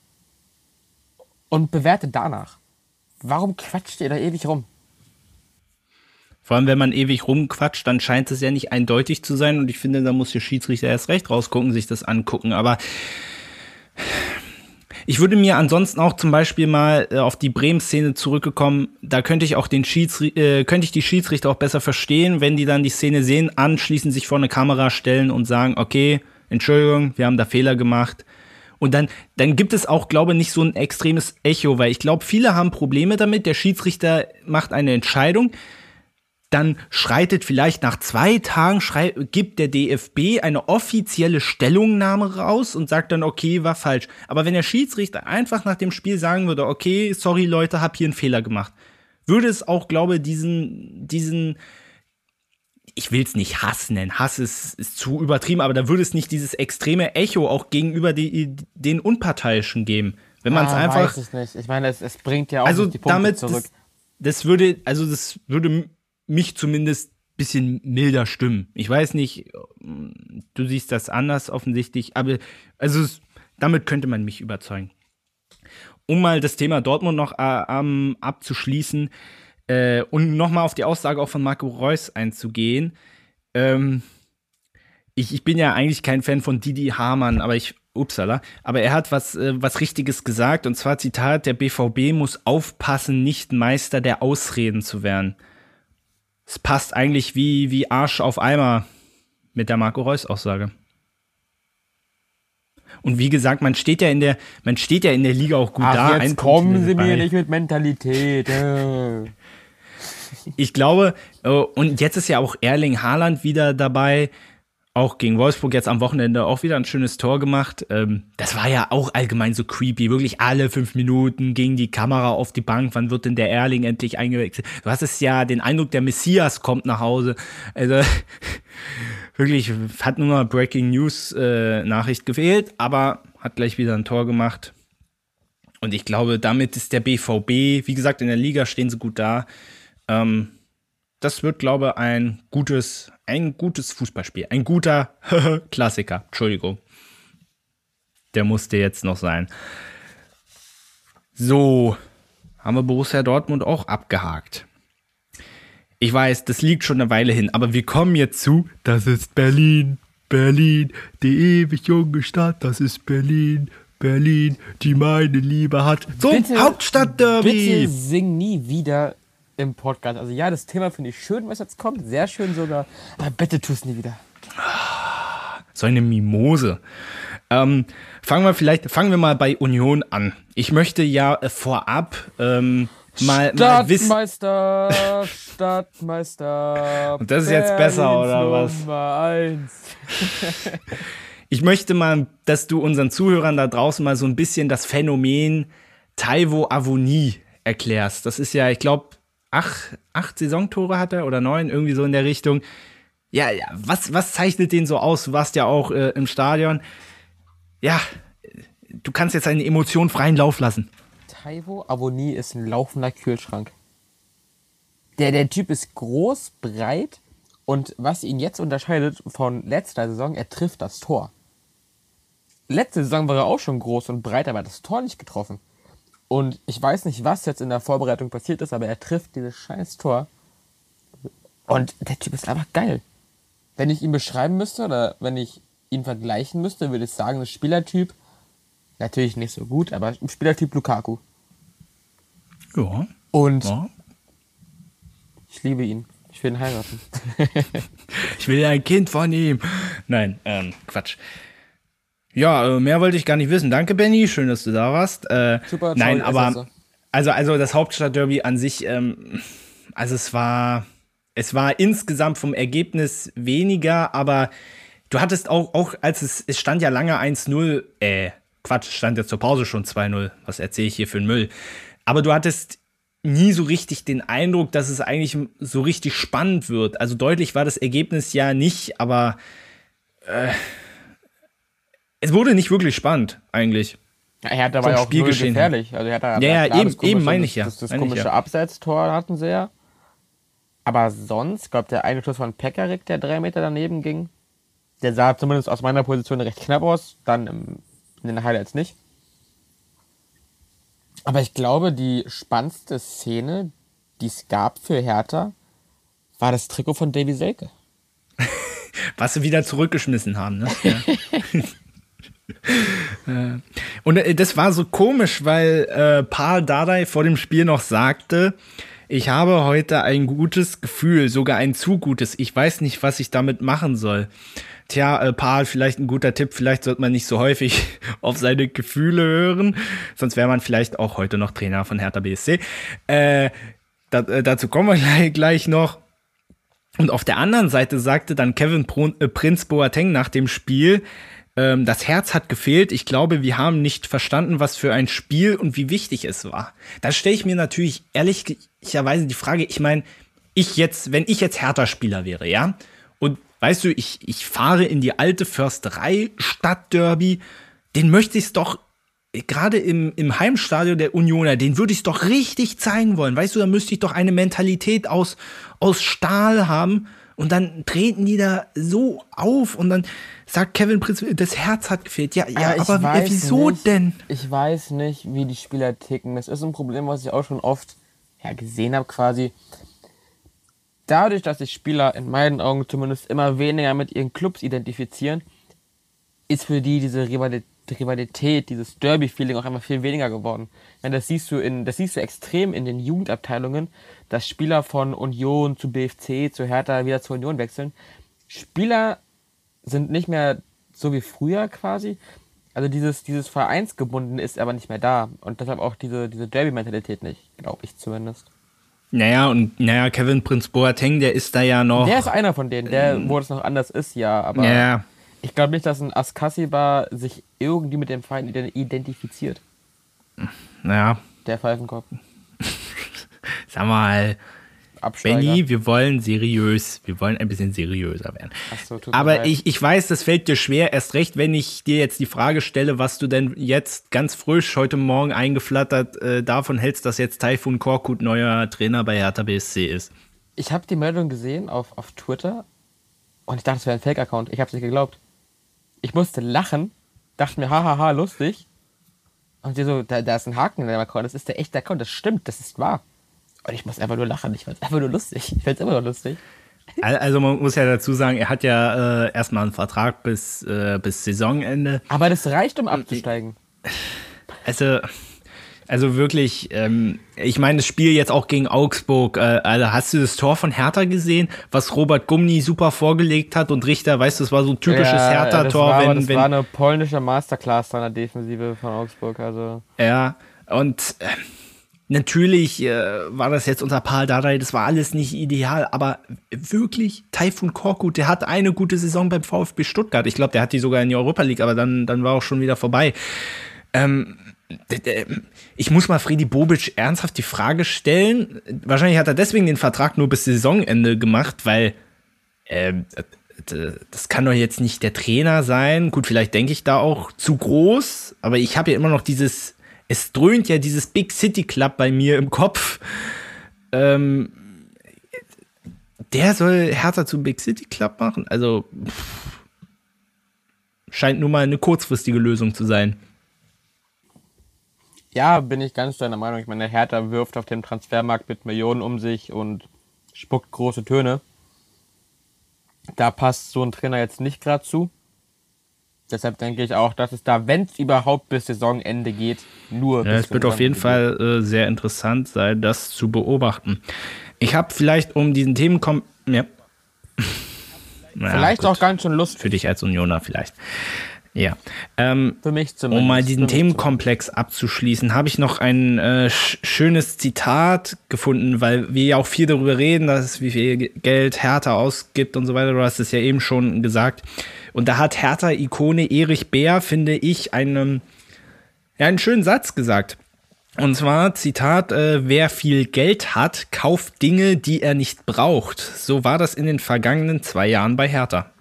und bewerte danach. Warum quatscht ihr da ewig rum?
Vor allem, wenn man ewig rumquatscht, dann scheint es ja nicht eindeutig zu sein. Und ich finde, da muss der Schiedsrichter erst recht rausgucken, sich das angucken. Aber ich würde mir ansonsten auch zum Beispiel mal äh, auf die Bremen-Szene zurückgekommen. Da könnte ich auch den Schiedsri- äh, könnte ich die Schiedsrichter auch besser verstehen, wenn die dann die Szene sehen, anschließend sich vor eine Kamera stellen und sagen, okay, Entschuldigung, wir haben da Fehler gemacht. Und dann, dann gibt es auch, glaube ich, nicht so ein extremes Echo, weil ich glaube, viele haben Probleme damit. Der Schiedsrichter macht eine Entscheidung. Dann schreitet vielleicht nach zwei Tagen, schrei- gibt der D F B eine offizielle Stellungnahme raus und sagt dann, okay, war falsch. Aber wenn der Schiedsrichter einfach nach dem Spiel sagen würde, okay, sorry Leute, hab hier einen Fehler gemacht, würde es auch, glaube ich, diesen, diesen, ich will es nicht Hass nennen, Hass ist, ist zu übertrieben, aber da würde es nicht dieses extreme Echo auch gegenüber die, den Unparteiischen geben. Wenn man es
ah,
einfach.
weiß ich nicht. Ich meine, es, es bringt ja auch
Also
nicht die Punkte
damit,
zurück.
das, das würde, also das würde mich zumindest ein bisschen milder stimmen. Ich weiß nicht, du siehst das anders offensichtlich, aber also es, damit könnte man mich überzeugen. Um mal das Thema Dortmund noch äh, ähm, abzuschließen äh, und nochmal auf die Aussage auch von Marco Reus einzugehen. Ähm, ich, ich bin ja eigentlich kein Fan von Didi Hamann, aber ich Upsala, aber er hat was, äh, was Richtiges gesagt, und zwar Zitat, der B V B muss aufpassen, nicht Meister der Ausreden zu werden. Es passt eigentlich wie, wie Arsch auf Eimer mit der Marco Reus-Aussage. Und wie gesagt, man steht ja in der, man steht ja in der Liga auch gut
Ach,
da.
jetzt
Ein
kommen
Punkt
Sie
dabei.
mir nicht mit Mentalität. Äh.
Ich glaube, äh, und jetzt ist ja auch Erling Haaland wieder dabei, auch gegen Wolfsburg jetzt am Wochenende auch wieder ein schönes Tor gemacht. Ähm, das war ja auch allgemein so creepy. Wirklich alle fünf Minuten ging die Kamera auf die Bank. Wann wird denn der Erling endlich eingewechselt? Du hast es ja den Eindruck, der Messias kommt nach Hause. Also wirklich, hat nur noch Breaking News äh, Nachricht gefehlt, aber hat gleich wieder ein Tor gemacht. Und ich glaube, damit ist der B V B, wie gesagt, in der Liga stehen sie gut da. Ähm, das wird, glaube ich, ein gutes, ein gutes Fußballspiel. Ein guter Klassiker. Entschuldigung. Der musste jetzt noch sein. So, haben wir Borussia Dortmund auch abgehakt. Ich weiß, das liegt schon eine Weile hin, aber wir kommen jetzt zu, das ist Berlin, Berlin, die ewig junge Stadt, das ist Berlin, Berlin, die meine Liebe hat. Zum
Bitte,
Hauptstadtderby!
Bitte sing nie wieder im Podcast. Also ja, das Thema finde ich schön, was jetzt kommt. Sehr schön sogar. Aber bitte tu es nie wieder.
So eine Mimose. Ähm, fangen wir vielleicht, fangen wir mal bei Union an. Ich möchte ja äh, vorab ähm, mal, mal wissen.
Stadtmeister, Stadtmeister.
Und das ist jetzt besser, oder was?
Nummer eins.
Ich möchte mal, dass du unseren Zuhörern da draußen mal so ein bisschen das Phänomen Taiwo Awoniyi erklärst. Das ist ja, ich glaube, acht, acht Saisontore hat er oder neun, irgendwie so in der Richtung. Ja, ja, was, was zeichnet den so aus? Du warst ja auch äh, im Stadion. Ja, du kannst jetzt deine Emotionen freien Lauf lassen.
Taiwo Awoniyi ist ein laufender Kühlschrank. Der, der Typ ist groß, breit und was ihn jetzt unterscheidet von letzter Saison, er trifft das Tor. Letzte Saison war er auch schon groß und breit, aber er hat das Tor nicht getroffen. Und ich weiß nicht, was jetzt in der Vorbereitung passiert ist, aber er trifft dieses scheiß Tor. Und der Typ ist einfach geil. Wenn ich ihn beschreiben müsste oder wenn ich ihn vergleichen müsste, würde ich sagen, ein Spielertyp, natürlich nicht so gut, aber ein Spielertyp Lukaku.
Ja.
Und
ja.
Ich liebe ihn. Ich will ihn heiraten.
Ich will ein Kind von ihm. Nein, ähm, Quatsch. Ja, mehr wollte ich gar nicht wissen. Danke, Benny. Schön, dass du da warst. Äh,
Super,
nein,
toll,
aber
ist er so.
also, also das Hauptstadtderby an sich, ähm, also es war, es war insgesamt vom Ergebnis weniger, aber du hattest auch, auch als es, es stand ja lange eins null, äh, Quatsch, stand ja zur Pause schon zwei null, was erzähle ich hier für einen Müll, aber du hattest nie so richtig den Eindruck, dass es eigentlich so richtig spannend wird. Also deutlich war das Ergebnis ja nicht, aber äh, es wurde nicht wirklich spannend, eigentlich.
Ja, Hertha war ja auch null gefährlich. Also Hertha,
ja, ja,
klar,
eben, eben meine ich ja.
Das, das, das
meine
komische
ja.
Abseitstor hatten sie ja. Aber sonst, ich glaube, der eine Schuss von Pekarik, der drei Meter daneben ging, der sah zumindest aus meiner Position recht knapp aus, dann im, in den Highlights nicht. Aber ich glaube, die spannendste Szene, die es gab für Hertha, war das Trikot von Davy Selke.
Was sie wieder zurückgeschmissen haben, ne? Ja. Und das war so komisch, weil äh, Paul Dardai vor dem Spiel noch sagte, ich habe heute ein gutes Gefühl, sogar ein zu gutes. Ich weiß nicht, was ich damit machen soll. Tja, äh, Paul, vielleicht ein guter Tipp, vielleicht sollte man nicht so häufig auf seine Gefühle hören, sonst wäre man vielleicht auch heute noch Trainer von Hertha B S C. Äh, da, äh, dazu kommen wir gleich, gleich noch. Und auf der anderen Seite sagte dann Kevin Pro, äh, Prince Boateng nach dem Spiel, ähm, das Herz hat gefehlt, ich glaube, wir haben nicht verstanden, was für ein Spiel und wie wichtig es war. Da stelle ich mir natürlich ehrlicherweise die Frage, ich meine, ich jetzt, wenn ich jetzt Hertha-Spieler wäre, ja, und weißt du, ich, ich fahre in die alte Försterei, Stadtderby, den möchte ich es doch, gerade im, im Heimstadion der Unioner, den würde ich es doch richtig zeigen wollen. Weißt du, da müsste ich doch eine Mentalität aus, aus Stahl haben und dann treten die da so auf und dann sagt Kevin Prinz, das Herz hat gefehlt. Ja, ja,
aber,
aber äh, wieso
nicht,
denn?
Ich weiß nicht, wie die Spieler ticken. Das ist ein Problem, was ich auch schon oft ja, gesehen habe quasi. Dadurch, dass sich Spieler in meinen Augen zumindest immer weniger mit ihren Clubs identifizieren, ist für die diese Rivalität, dieses Derby-Feeling auch einfach viel weniger geworden. Denn das siehst du in, das siehst du extrem in den Jugendabteilungen, dass Spieler von Union zu B F C, zu Hertha wieder zur Union wechseln. Spieler sind nicht mehr so wie früher quasi. Also dieses, dieses Vereinsgebundene ist aber nicht mehr da. Und deshalb auch diese, diese Derby-Mentalität nicht, glaube ich zumindest.
Naja, und naja, Kevin Prinz Boateng, der ist da ja noch.
Der ist einer von denen, der, wo das noch anders ist, ja, aber
ja.
Ich glaube nicht, dass ein Askasiba sich irgendwie mit dem Verein identifiziert.
Naja.
Der Pfeifenkopf.
Sag mal,
Absteiger.
Benni, wir wollen seriös, wir wollen ein bisschen seriöser werden.
Ach so, tut mir
Aber
leid.
ich, ich weiß, das fällt dir schwer, erst recht, wenn ich dir jetzt die Frage stelle, was du denn jetzt ganz frisch heute Morgen eingeflattert äh, davon hältst, dass jetzt Tayfun Korkut neuer Trainer bei Hertha B S C ist.
Ich habe die Meldung gesehen auf, auf Twitter und ich dachte, es wäre ein Fake-Account. Ich habe es nicht geglaubt. Ich musste lachen, dachte mir, hahaha, lustig. Und sie so, da, da ist ein Haken in deinem Account, das ist der echte Account, das stimmt, das ist wahr. Und ich muss einfach nur lachen, ich fand es einfach nur lustig. Ich fand es immer noch lustig.
Also man muss ja dazu sagen, er hat ja äh, erstmal einen Vertrag bis, äh, bis Saisonende.
Aber das reicht, um abzusteigen.
Also, also wirklich, ähm, ich meine, das Spiel jetzt auch gegen Augsburg, äh, also hast du das Tor von Hertha gesehen, was Robert Gumni super vorgelegt hat und Richter, weißt du, das war so ein typisches
ja,
Hertha-Tor.
Das, war,
wenn,
das
wenn,
war eine polnische Masterclass in der Defensive von Augsburg. Also.
Ja, und äh, natürlich äh, war das jetzt unter Paul Dardai, das war alles nicht ideal, aber wirklich, Tayfun Korkut, der hat eine gute Saison beim VfB Stuttgart. Ich glaube, der hat die sogar in die Europa League, aber dann, dann war auch schon wieder vorbei. Ähm, ich muss mal Fredi Bobic ernsthaft die Frage stellen. Wahrscheinlich hat er deswegen den Vertrag nur bis Saisonende gemacht, weil äh, das kann doch jetzt nicht der Trainer sein. Gut, vielleicht denke ich da auch zu groß, aber ich habe ja immer noch dieses, es dröhnt ja dieses Big City Club bei mir im Kopf. Ähm, der soll Hertha zum Big City Club machen? Also pff, scheint nur mal eine kurzfristige Lösung zu sein.
Ja, bin ich ganz deiner Meinung. Ich meine, Hertha wirft auf dem Transfermarkt mit Millionen um sich und spuckt große Töne. Da passt so ein Trainer jetzt nicht gerade zu. Deshalb denke ich auch, dass es da, wenn es überhaupt bis Saisonende geht, nur
ja,
bis
es wird auf jeden
geht.
Fall äh, sehr interessant sein, das zu beobachten. Ich habe vielleicht um diesen Themen kommen. Ja.
Naja, vielleicht gut. Auch ganz schön Lust.
Für dich als Unioner vielleicht. Ja. Ähm,
Für mich zumindest.
Um mal diesen
Für mich
Themenkomplex abzuschließen, habe ich noch ein äh, sch- schönes Zitat gefunden, weil wir ja auch viel darüber reden, dass wie viel Geld Hertha ausgibt und so weiter. Du hast es ja eben schon gesagt. Und da hat Hertha-Ikone Erich Beer, finde ich, einen, ja, einen schönen Satz gesagt. Und zwar, Zitat, äh, wer viel Geld hat, kauft Dinge, die er nicht braucht. So war das in den vergangenen zwei Jahren bei Hertha.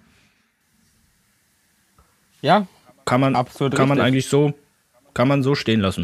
Ja,
Kann man,
absolut
kann man
richtig.
eigentlich so, kann man so stehen lassen.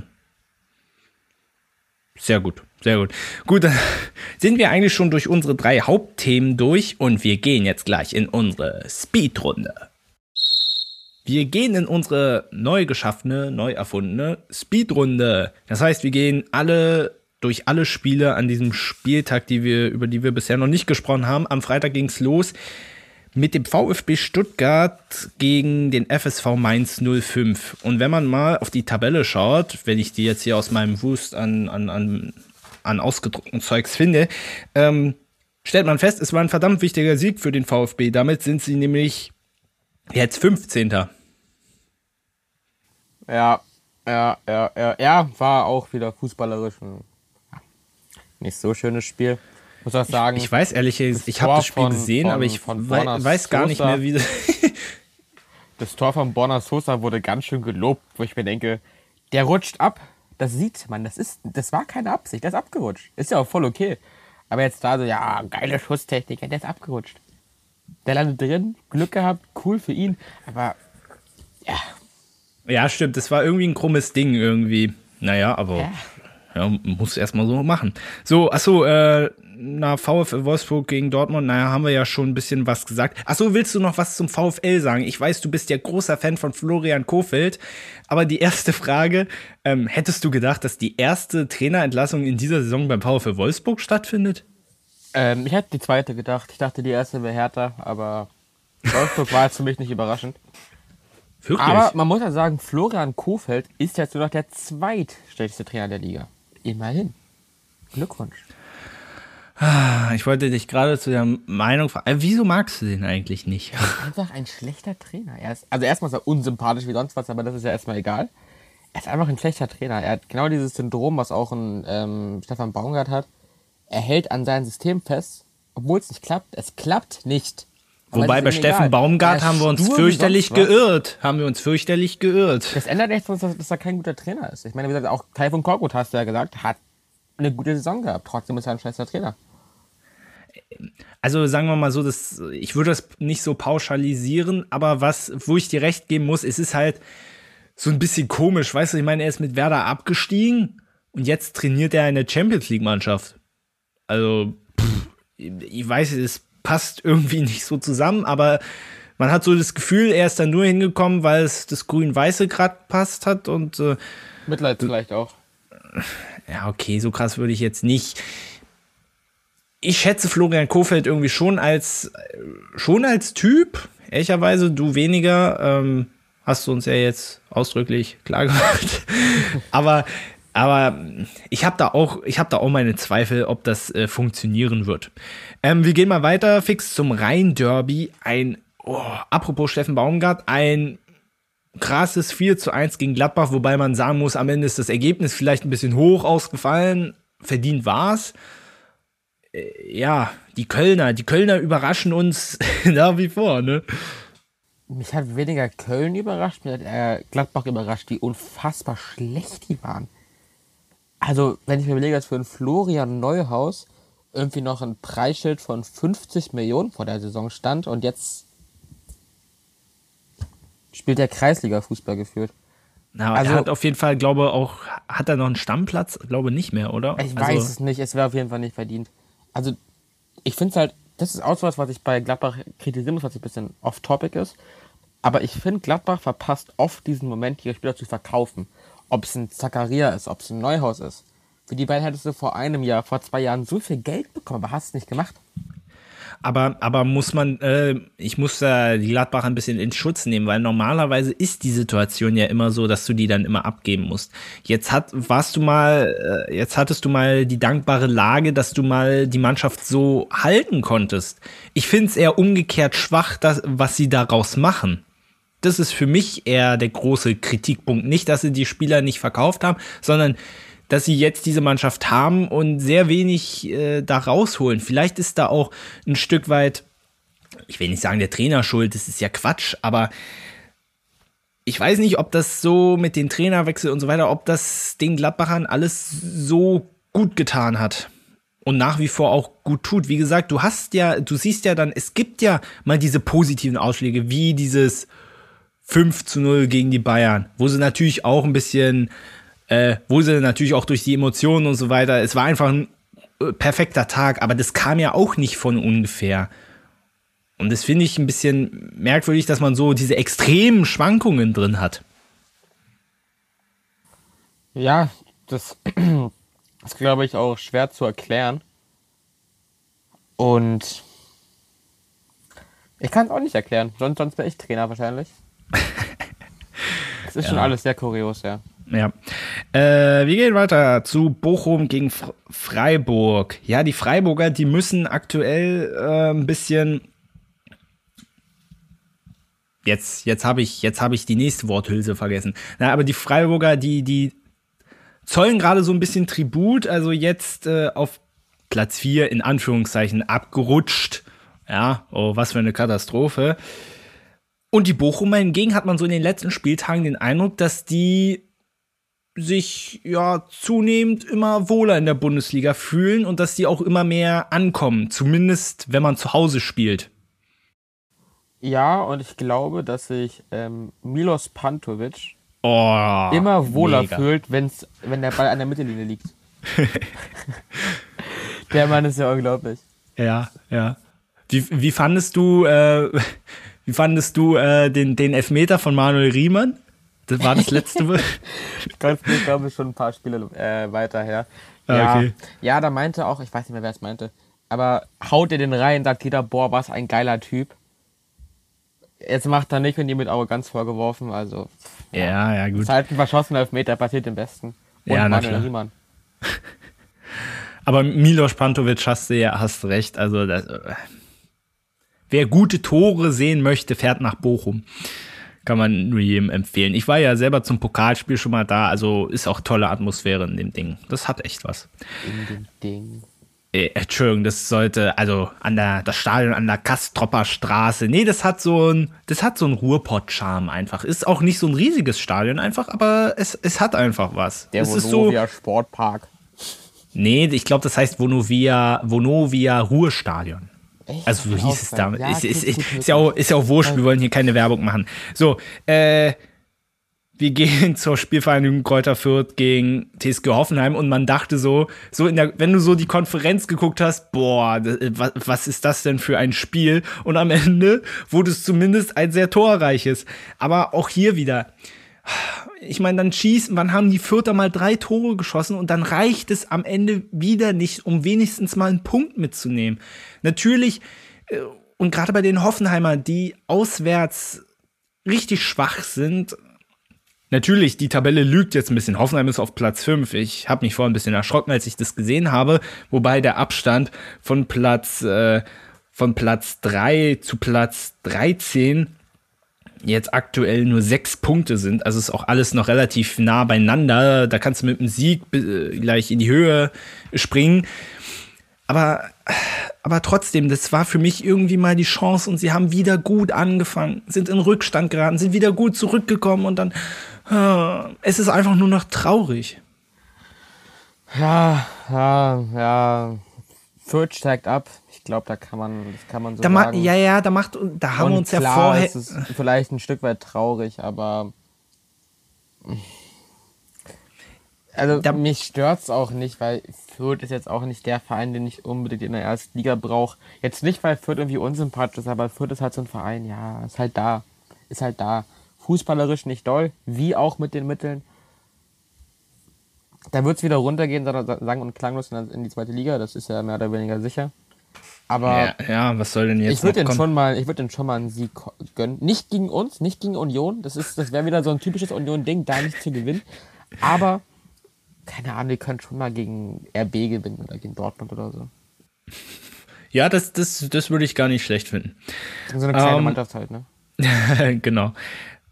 Sehr gut, sehr gut. Gut, dann sind wir eigentlich schon durch unsere drei Hauptthemen durch und wir gehen jetzt gleich in unsere Speedrunde. Wir gehen in unsere neu geschaffene, neu erfundene Speedrunde. Das heißt, wir gehen alle durch alle Spiele an diesem Spieltag, die wir, über die wir bisher noch nicht gesprochen haben. Am Freitag ging es los mit dem VfB Stuttgart gegen den F S V Mainz null fünf. Und wenn man mal auf die Tabelle schaut, wenn ich die jetzt hier aus meinem Wust an, an, an, an ausgedruckten Zeugs finde, ähm, stellt man fest, es war ein verdammt wichtiger Sieg für den VfB. Damit sind sie nämlich jetzt fünfzehnter.
Ja, ja, ja, ja, ja, war auch wieder fußballerisch ein nicht so schönes Spiel. Muss auch sagen.
Ich, ich weiß ehrlich, ich, ich habe
Tor
das Spiel
von-
gesehen,
von-
aber ich
von
wei
Borna
weiß gar nicht
Sosa.
mehr, wie das.
Das Tor von Borna Sosa wurde ganz schön gelobt, wo ich mir denke, der rutscht ab. Das sieht man, das ist, das war keine Absicht, der ist abgerutscht. Ist ja auch voll okay. Aber jetzt da so, ja, geile Schusstechnik, ja, der ist abgerutscht. Der landet drin, Glück gehabt, cool für ihn. Aber, ja,
Ja, stimmt, das war irgendwie ein krummes Ding irgendwie. Naja, aber
ja.
ja, muss erstmal so machen. So, achso, äh, na, VfL Wolfsburg gegen Dortmund, naja, haben wir ja schon ein bisschen was gesagt. Achso, willst du noch was zum VfL sagen? Ich weiß, du bist ja großer Fan von Florian Kohfeldt, aber die erste Frage, ähm, hättest du gedacht, dass die erste Trainerentlassung in dieser Saison beim VfL Wolfsburg stattfindet?
Ähm, ich hätte die zweite gedacht. Ich dachte, die erste wäre härter, aber Wolfsburg war jetzt für mich nicht überraschend.
Wirklich?
Aber man muss ja sagen, Florian Kohfeldt ist jetzt nur noch der zweitschlechteste Trainer der Liga. Immerhin. Glückwunsch.
Ich wollte dich gerade zu der Meinung fragen, äh, wieso magst du den eigentlich nicht?
Einfach ein schlechter Trainer. Er ist, also erstmal ist er unsympathisch wie sonst was, aber das ist ja erstmal egal. Er ist einfach ein schlechter Trainer. Er hat genau dieses Syndrom, was auch ein ähm, Stefan Baumgart hat. Er hält an sein System fest, obwohl es nicht klappt. Es klappt nicht. Aber
Wobei
es
bei
ist ihm
Steffen
egal.
Baumgart
Er ist
haben wir uns
stur wie
fürchterlich
sonst was.
geirrt. Haben wir uns fürchterlich geirrt.
Das ändert nichts, dass, dass er kein guter Trainer ist. Ich meine, wie gesagt, auch Kai von Korkut, hast du ja gesagt, hat eine gute Saison gehabt. Trotzdem ist er ein schlechter Trainer.
Also sagen wir mal so, das, ich würde das nicht so pauschalisieren, aber was, wo ich dir recht geben muss, es ist halt so ein bisschen komisch, weißt du, ich meine, er ist mit Werder abgestiegen und jetzt trainiert er eine Champions League Mannschaft. Also, pff, ich weiß, es passt irgendwie nicht so zusammen, aber man hat so das Gefühl, er ist da nur hingekommen, weil es das Grün-Weiße gerade passt hat und äh,
Mitleid vielleicht auch.
ja, okay, so krass würde ich jetzt nicht. Ich schätze Florian Kohfeldt irgendwie schon als schon als Typ. Ehrlicherweise, du weniger. Ähm, hast du uns ja jetzt ausdrücklich klar gemacht. aber, aber ich habe da auch, ich habe da auch meine Zweifel, ob das äh, funktionieren wird. Ähm, wir gehen mal weiter fix zum Rhein-Derby. Ein, oh, apropos Steffen Baumgart, ein krasses vier zu eins gegen Gladbach, wobei man sagen muss, am Ende ist das Ergebnis vielleicht ein bisschen hoch ausgefallen. Verdient war's. Ja, die Kölner, die Kölner überraschen uns nach wie vor, ne?
Mich hat weniger Köln überrascht, mich hat eher Gladbach überrascht, wie unfassbar schlecht die waren. Also, wenn ich mir überlege, dass für einen Florian Neuhaus irgendwie noch ein Preisschild von fünfzig Millionen vor der Saison stand und jetzt spielt der Kreisliga-Fußball geführt.
Na,
Also-
er hat auf jeden Fall, glaube auch, hat er noch einen Stammplatz? Glaube nicht mehr, oder?
Ich
also,
weiß es nicht, es wäre auf jeden Fall nicht verdient. Also, ich finde es halt, das ist auch so was, was ich bei Gladbach kritisieren muss, was ein bisschen off-topic ist. Aber ich finde, Gladbach verpasst oft diesen Moment, ihre Spieler zu verkaufen. Ob es ein Zakaria ist, ob es ein Neuhaus ist. Für die beiden hättest du vor einem Jahr, vor zwei Jahren so viel Geld bekommen, aber hast es nicht gemacht.
Aber, aber muss man, äh, ich muss da die Gladbach ein bisschen in Schutz nehmen, weil normalerweise ist die Situation ja immer so, dass du die dann immer abgeben musst. Jetzt hat, warst du mal, äh, jetzt hattest du mal die dankbare Lage, dass du mal die Mannschaft so halten konntest. Ich finde es eher umgekehrt schwach, das, was sie daraus machen. das ist für mich eher der große Kritikpunkt. Nicht, dass sie die Spieler nicht verkauft haben, sondern dass sie jetzt diese Mannschaft haben und sehr wenig äh, da rausholen. Vielleicht ist da auch ein Stück weit, ich will nicht sagen, der Trainer schuld, das ist ja Quatsch, aber ich weiß nicht, ob das so mit den Trainerwechsel und so weiter, ob das den Gladbachern alles so gut getan hat und nach wie vor auch gut tut. Wie gesagt, du hast ja, du siehst ja dann, es gibt ja mal diese positiven Ausschläge, wie dieses fünf zu null gegen die Bayern, wo sie natürlich auch ein bisschen Äh, wo sie natürlich auch durch die Emotionen und so weiter, es war einfach ein äh, perfekter Tag, aber das kam ja auch nicht von ungefähr. Und das finde ich ein bisschen merkwürdig, dass man so diese extremen Schwankungen drin hat.
Ja, das ist, glaube ich, auch schwer zu erklären. Und ich kann es auch nicht erklären, sonst, sonst wäre ich Trainer wahrscheinlich. Das ist ja schon alles sehr kurios, ja.
Ja. Äh, wir gehen weiter zu Bochum gegen F- Freiburg. Ja, die Freiburger, die müssen aktuell äh, ein bisschen. Jetzt, jetzt habe ich, jetzt habe ich die nächste Worthülse vergessen. Na, aber die Freiburger, die, die zollen gerade so ein bisschen Tribut, also jetzt äh, auf Platz vier in Anführungszeichen abgerutscht. Ja, oh, was für eine Katastrophe. Und die Bochumer hingegen hat man so in den letzten Spieltagen den Eindruck, dass die sich ja zunehmend immer wohler in der Bundesliga fühlen und dass die auch immer mehr ankommen, zumindest wenn man zu Hause spielt.
Ja, und ich glaube, dass sich ähm, Milos Pantovic
oh,
immer wohler
mega.
fühlt, wenn's, wenn der Ball an der Mittellinie liegt. Der Mann ist ja unglaublich.
Ja, ja. Wie, wie fandest du, äh, wie fandest du äh, den, den Elfmeter von Manuel Riemann? Das war das letzte.
Ganz gut, glaube ich, schon ein paar Spiele äh, weiter her.
Ah,
Ja,
okay.
ja, da meinte auch, ich weiß nicht mehr, wer es meinte, aber haut er den rein, sagt jeder, boah, was ein geiler Typ. Jetzt macht er nicht und ihm mit Arroganz vorgeworfen, also.
Ja, ja, gut.
Ist halt ein verschossener Elfmeter, passiert dem Besten. Und
Ja, na
Manuel
klar.
Riemann.
Aber Milos Pantovic hast du ja, hast recht. Also, das, äh, wer gute Tore sehen möchte, fährt nach Bochum. Kann man nur jedem empfehlen. Ich war ja selber zum Pokalspiel schon mal da, also ist auch tolle Atmosphäre in dem Ding. Das hat echt was.
In dem Ding.
Äh, Entschuldigung, das sollte, also an der, das Stadion an der Kastropper Straße. Nee, das hat so ein, das hat so einen Ruhrpott-Charme einfach. Ist auch nicht so ein riesiges Stadion einfach, aber es, es hat einfach was.
Der
es ist so,
Vonovia Sportpark.
nee, ich glaube, das heißt Vonovia, Vonovia Ruhrstadion.
Echt?
Also so
Kann
hieß es
auch
damals.
sein. Ja,
ist, ist,
klingt
ist,
gut
ist, ja auch, ist ja auch wurscht, wir wollen hier keine Werbung machen. So, äh, wir gehen zur Spielvereinigung Kräuter Fürth gegen T S G Hoffenheim und man dachte so, so in der, wenn du so die Konferenz geguckt hast, boah, das, was, was ist das denn für ein Spiel? Und am Ende wurde es zumindest ein sehr torreiches. Aber auch hier wieder, ich meine, dann schießen, wann haben die Fürther mal drei Tore geschossen und dann reicht es am Ende wieder nicht, um wenigstens mal einen Punkt mitzunehmen. Natürlich, äh, und gerade bei den Hoffenheimern, die auswärts richtig schwach sind, natürlich, die Tabelle lügt jetzt ein bisschen. Hoffenheim ist auf Platz fünf. Ich habe mich vorhin ein bisschen erschrocken, als ich das gesehen habe, wobei der Abstand von Platz, äh, von Platz drei zu Platz dreizehn jetzt aktuell nur sechs Punkte sind. Also ist auch alles noch relativ nah beieinander. Da kannst du mit dem Sieg äh, gleich in die Höhe springen. Aber, aber trotzdem, das war für mich irgendwie mal die Chance und sie haben wieder gut angefangen, sind in Rückstand geraten, sind wieder gut zurückgekommen und dann, äh, es ist einfach nur noch traurig.
Ja, ja, ja. Fürth steigt ab. Ich glaube, da kann man, das kann man so
Da ma-
sagen.
ja, ja, da macht, da haben wir
Und
uns ja
klar,
vorher.
es ist vielleicht ein Stück weit traurig, aber also
Da-
mich stört's auch nicht, weil Fürth ist jetzt auch nicht der Verein, den ich unbedingt in der ersten Liga brauche. Jetzt nicht, weil Fürth irgendwie unsympathisch ist, aber Fürth ist halt so ein Verein, ja, ist halt da. Ist halt da. Fußballerisch nicht doll, wie auch mit den Mitteln. Da wird's wieder runtergehen, sang- und klanglos in in die zweite Liga, das ist ja mehr oder weniger sicher. Aber
Ja, ja, was soll denn jetzt
ich würde
noch
den
kommen?
schon mal, ich würde den schon mal einen Sieg ko- gönnen. Nicht gegen uns, nicht gegen Union. Das ist, das wäre wieder so ein typisches Union-Ding, da nicht zu gewinnen. Aber keine Ahnung, die können schon mal gegen R B gewinnen oder gegen Dortmund oder so.
Ja, das, das, das würde ich gar nicht schlecht finden.
So eine kleine
Ähm,
Mannschaft halt, ne?
Genau.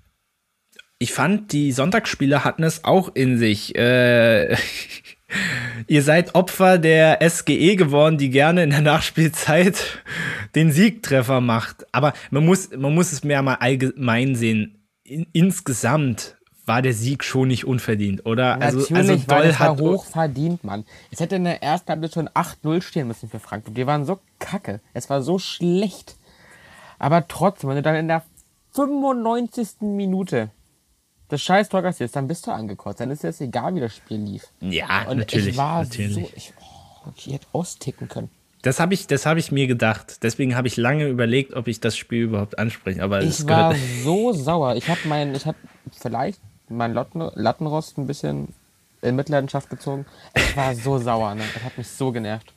ich fand, die Sonntagsspiele hatten es auch in sich. Äh, ihr seid Opfer der S G E geworden, die gerne in der Nachspielzeit den Siegtreffer macht. Aber man muss, man muss es mehr mal allgemein sehen. In, insgesamt war der Sieg schon nicht unverdient, oder?
Natürlich,
also, also
weil
Doll
es war
hat
hoch verdient, Mann. Es hätte in der ersten Halbzeit schon acht null stehen müssen für Frankfurt. Die waren so kacke. Es war so schlecht. Aber trotzdem, wenn du dann in der fünfundneunzigsten Minute das scheiß Tor kassierst, dann bist du angekotzt. Dann ist es egal, wie das Spiel lief.
Ja,
Und
natürlich.
ich war
natürlich.
so, ich, oh, ich hätte austicken können.
Das habe ich, das hab ich mir gedacht. Deswegen habe ich lange überlegt, ob ich das Spiel überhaupt anspreche. Aber
Ich war so sauer. Ich habe mein, ich habe vielleicht mein Latten, Lattenrost ein bisschen in Mitleidenschaft gezogen. Ich war so sauer, ne? Das hat mich so genervt.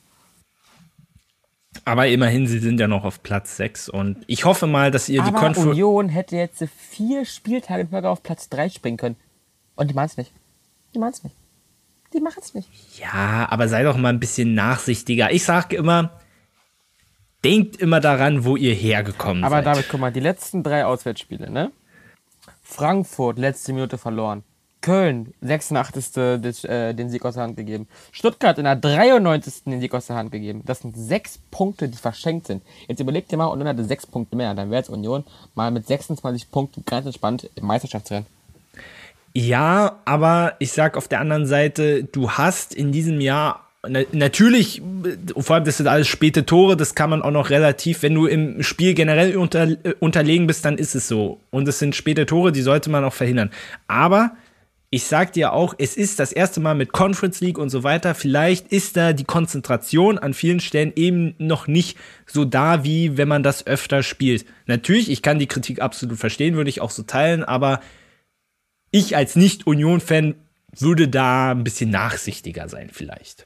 Aber immerhin, sie sind ja noch auf Platz sechs. Und ich hoffe mal, dass ihr
Aber
die Konfu-
Union hätte jetzt vier Spieltage in Folge auf Platz drei springen können. Und die machen es nicht. Die machen es nicht. Die machen es nicht.
Ja, aber sei doch mal ein bisschen nachsichtiger. Ich sage immer, denkt immer daran, wo ihr hergekommen
Aber
seid.
David, guck mal, die letzten drei Auswärtsspiele, ne? Frankfurt, letzte Minute verloren. Köln, sechsundachtzigste des, äh, den Sieg aus der Hand gegeben. Stuttgart in der dreiundneunzigsten den Sieg aus der Hand gegeben. Das sind sechs Punkte, die verschenkt sind. Jetzt überlegt ihr mal, Union hatte sechs Punkte mehr. Dann wäre jetzt Union mal mit sechsundzwanzig Punkten ganz entspannt im Meisterschaftsrennen.
Ja, aber ich sag auf der anderen Seite, du hast in diesem Jahr na, natürlich, vor allem das sind alles späte Tore, das kann man auch noch relativ, wenn du im Spiel generell unter, äh, unterlegen bist, dann ist es so. Und es sind späte Tore, die sollte man auch verhindern. Aber ich sag dir auch, es ist das erste Mal mit Conference League und so weiter. Vielleicht ist da die Konzentration an vielen Stellen eben noch nicht so da, wie wenn man das öfter spielt. Natürlich, ich kann die Kritik absolut verstehen, würde ich auch so teilen, aber ich als Nicht-Union-Fan würde da ein bisschen nachsichtiger sein vielleicht.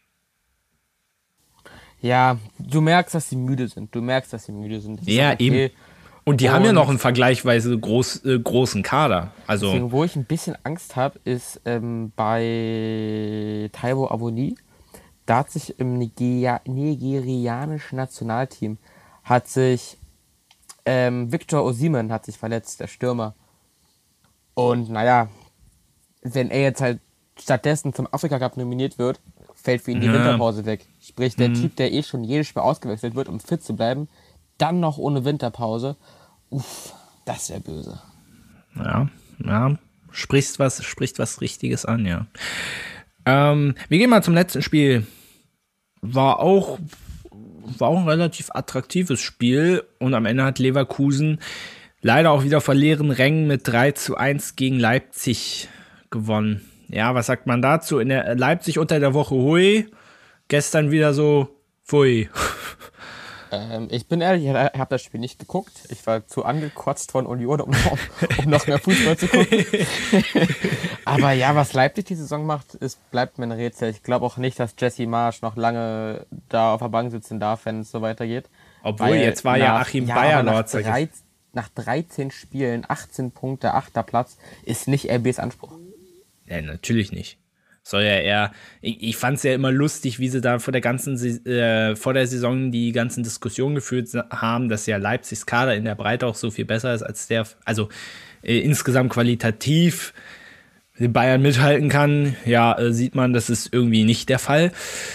Ja, du merkst, dass sie müde sind. Du merkst, dass sie müde sind. Das ist
Ja,
okay.
eben. Und die
Und
haben ja noch einen vergleichsweise groß, äh, großen Kader. Also
Deswegen, wo ich ein bisschen Angst habe, ist ähm, bei Taiwo Awoniyi. Da hat sich im Nigeria- nigerianischen Nationalteam hat sich ähm, Victor Osimhen hat sich verletzt, der Stürmer. Und naja, wenn er jetzt halt stattdessen zum Afrika Cup nominiert wird, fällt für ihn die
Ja.
Winterpause weg. Sprich, der
Mhm.
Typ, der eh schon jedes Spiel ausgewechselt wird, um fit zu bleiben, dann noch ohne Winterpause. Uff, das wäre böse.
ja, ja, sprichst was, spricht was Richtiges an, ja. Ähm, wir gehen mal zum letzten Spiel. War auch, war auch ein relativ attraktives Spiel und am Ende hat Leverkusen leider auch wieder vor leeren Rängen mit drei zu eins gegen Leipzig gewonnen. Ja, was sagt man dazu? In der Leipzig unter der Woche hui, gestern wieder so pfui.
Ähm, ich bin ehrlich, ich habe das Spiel nicht geguckt. Ich war zu angekotzt von Union, um, um noch mehr Fußball zu gucken. Aber ja, was Leipzig die Saison macht, ist, bleibt mir ein Rätsel. Ich glaube auch nicht, dass Jesse Marsch noch lange da auf der Bank sitzen darf, wenn es so weitergeht.
Obwohl,
Weil
jetzt war ja
nach-
Achim
ja,
Bayerlorz.
aber nach, drei, nach dreizehn Spielen, achtzehn Punkte, achter Platz, ist nicht R Bs Anspruch.
Ja, natürlich nicht. Soll ja eher, ich, ich fand es ja immer lustig, wie sie da vor der ganzen, äh, vor der Saison die ganzen Diskussionen geführt haben, dass ja Leipzigs Kader in der Breite auch so viel besser ist als der, also äh, insgesamt qualitativ den Bayern mithalten kann. Ja, äh, sieht man, das ist irgendwie nicht der Fall.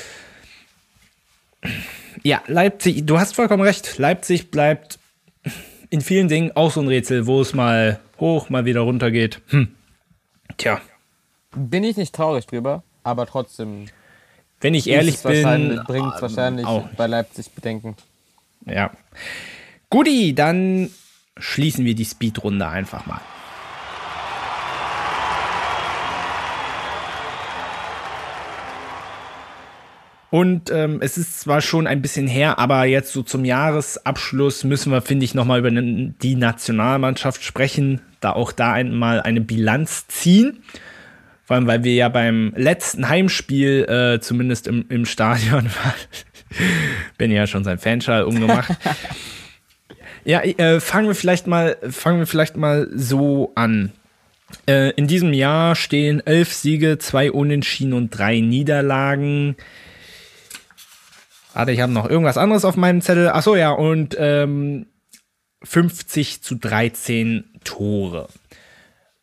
Ja, Leipzig, du hast vollkommen recht. Leipzig bleibt in vielen Dingen auch so ein Rätsel, wo es mal hoch, mal wieder runter geht. Hm. Tja.
Bin ich nicht traurig drüber, aber trotzdem
Wenn ich ehrlich
ist es wahrscheinlich-
bin,
bringt es wahrscheinlich
auch.
bei Leipzig Bedenken.
Ja. Guti, dann schließen wir die Speedrunde einfach mal. Und ähm, es ist zwar schon ein bisschen her, aber jetzt so zum Jahresabschluss müssen wir, finde ich, nochmal über die Nationalmannschaft sprechen, da auch da einmal eine Bilanz ziehen. Vor allem, weil wir ja beim letzten Heimspiel, äh, zumindest im, im Stadion waren, bin ja schon sein Fanschal umgemacht. Ja, äh, fangen wir vielleicht mal, fangen wir vielleicht mal so an. Äh, in diesem Jahr stehen elf Siege, zwei Unentschieden und drei Niederlagen. Warte, ich habe noch irgendwas anderes auf meinem Zettel. Ach so, ja, und ähm, fünfzig zu dreizehn Tore.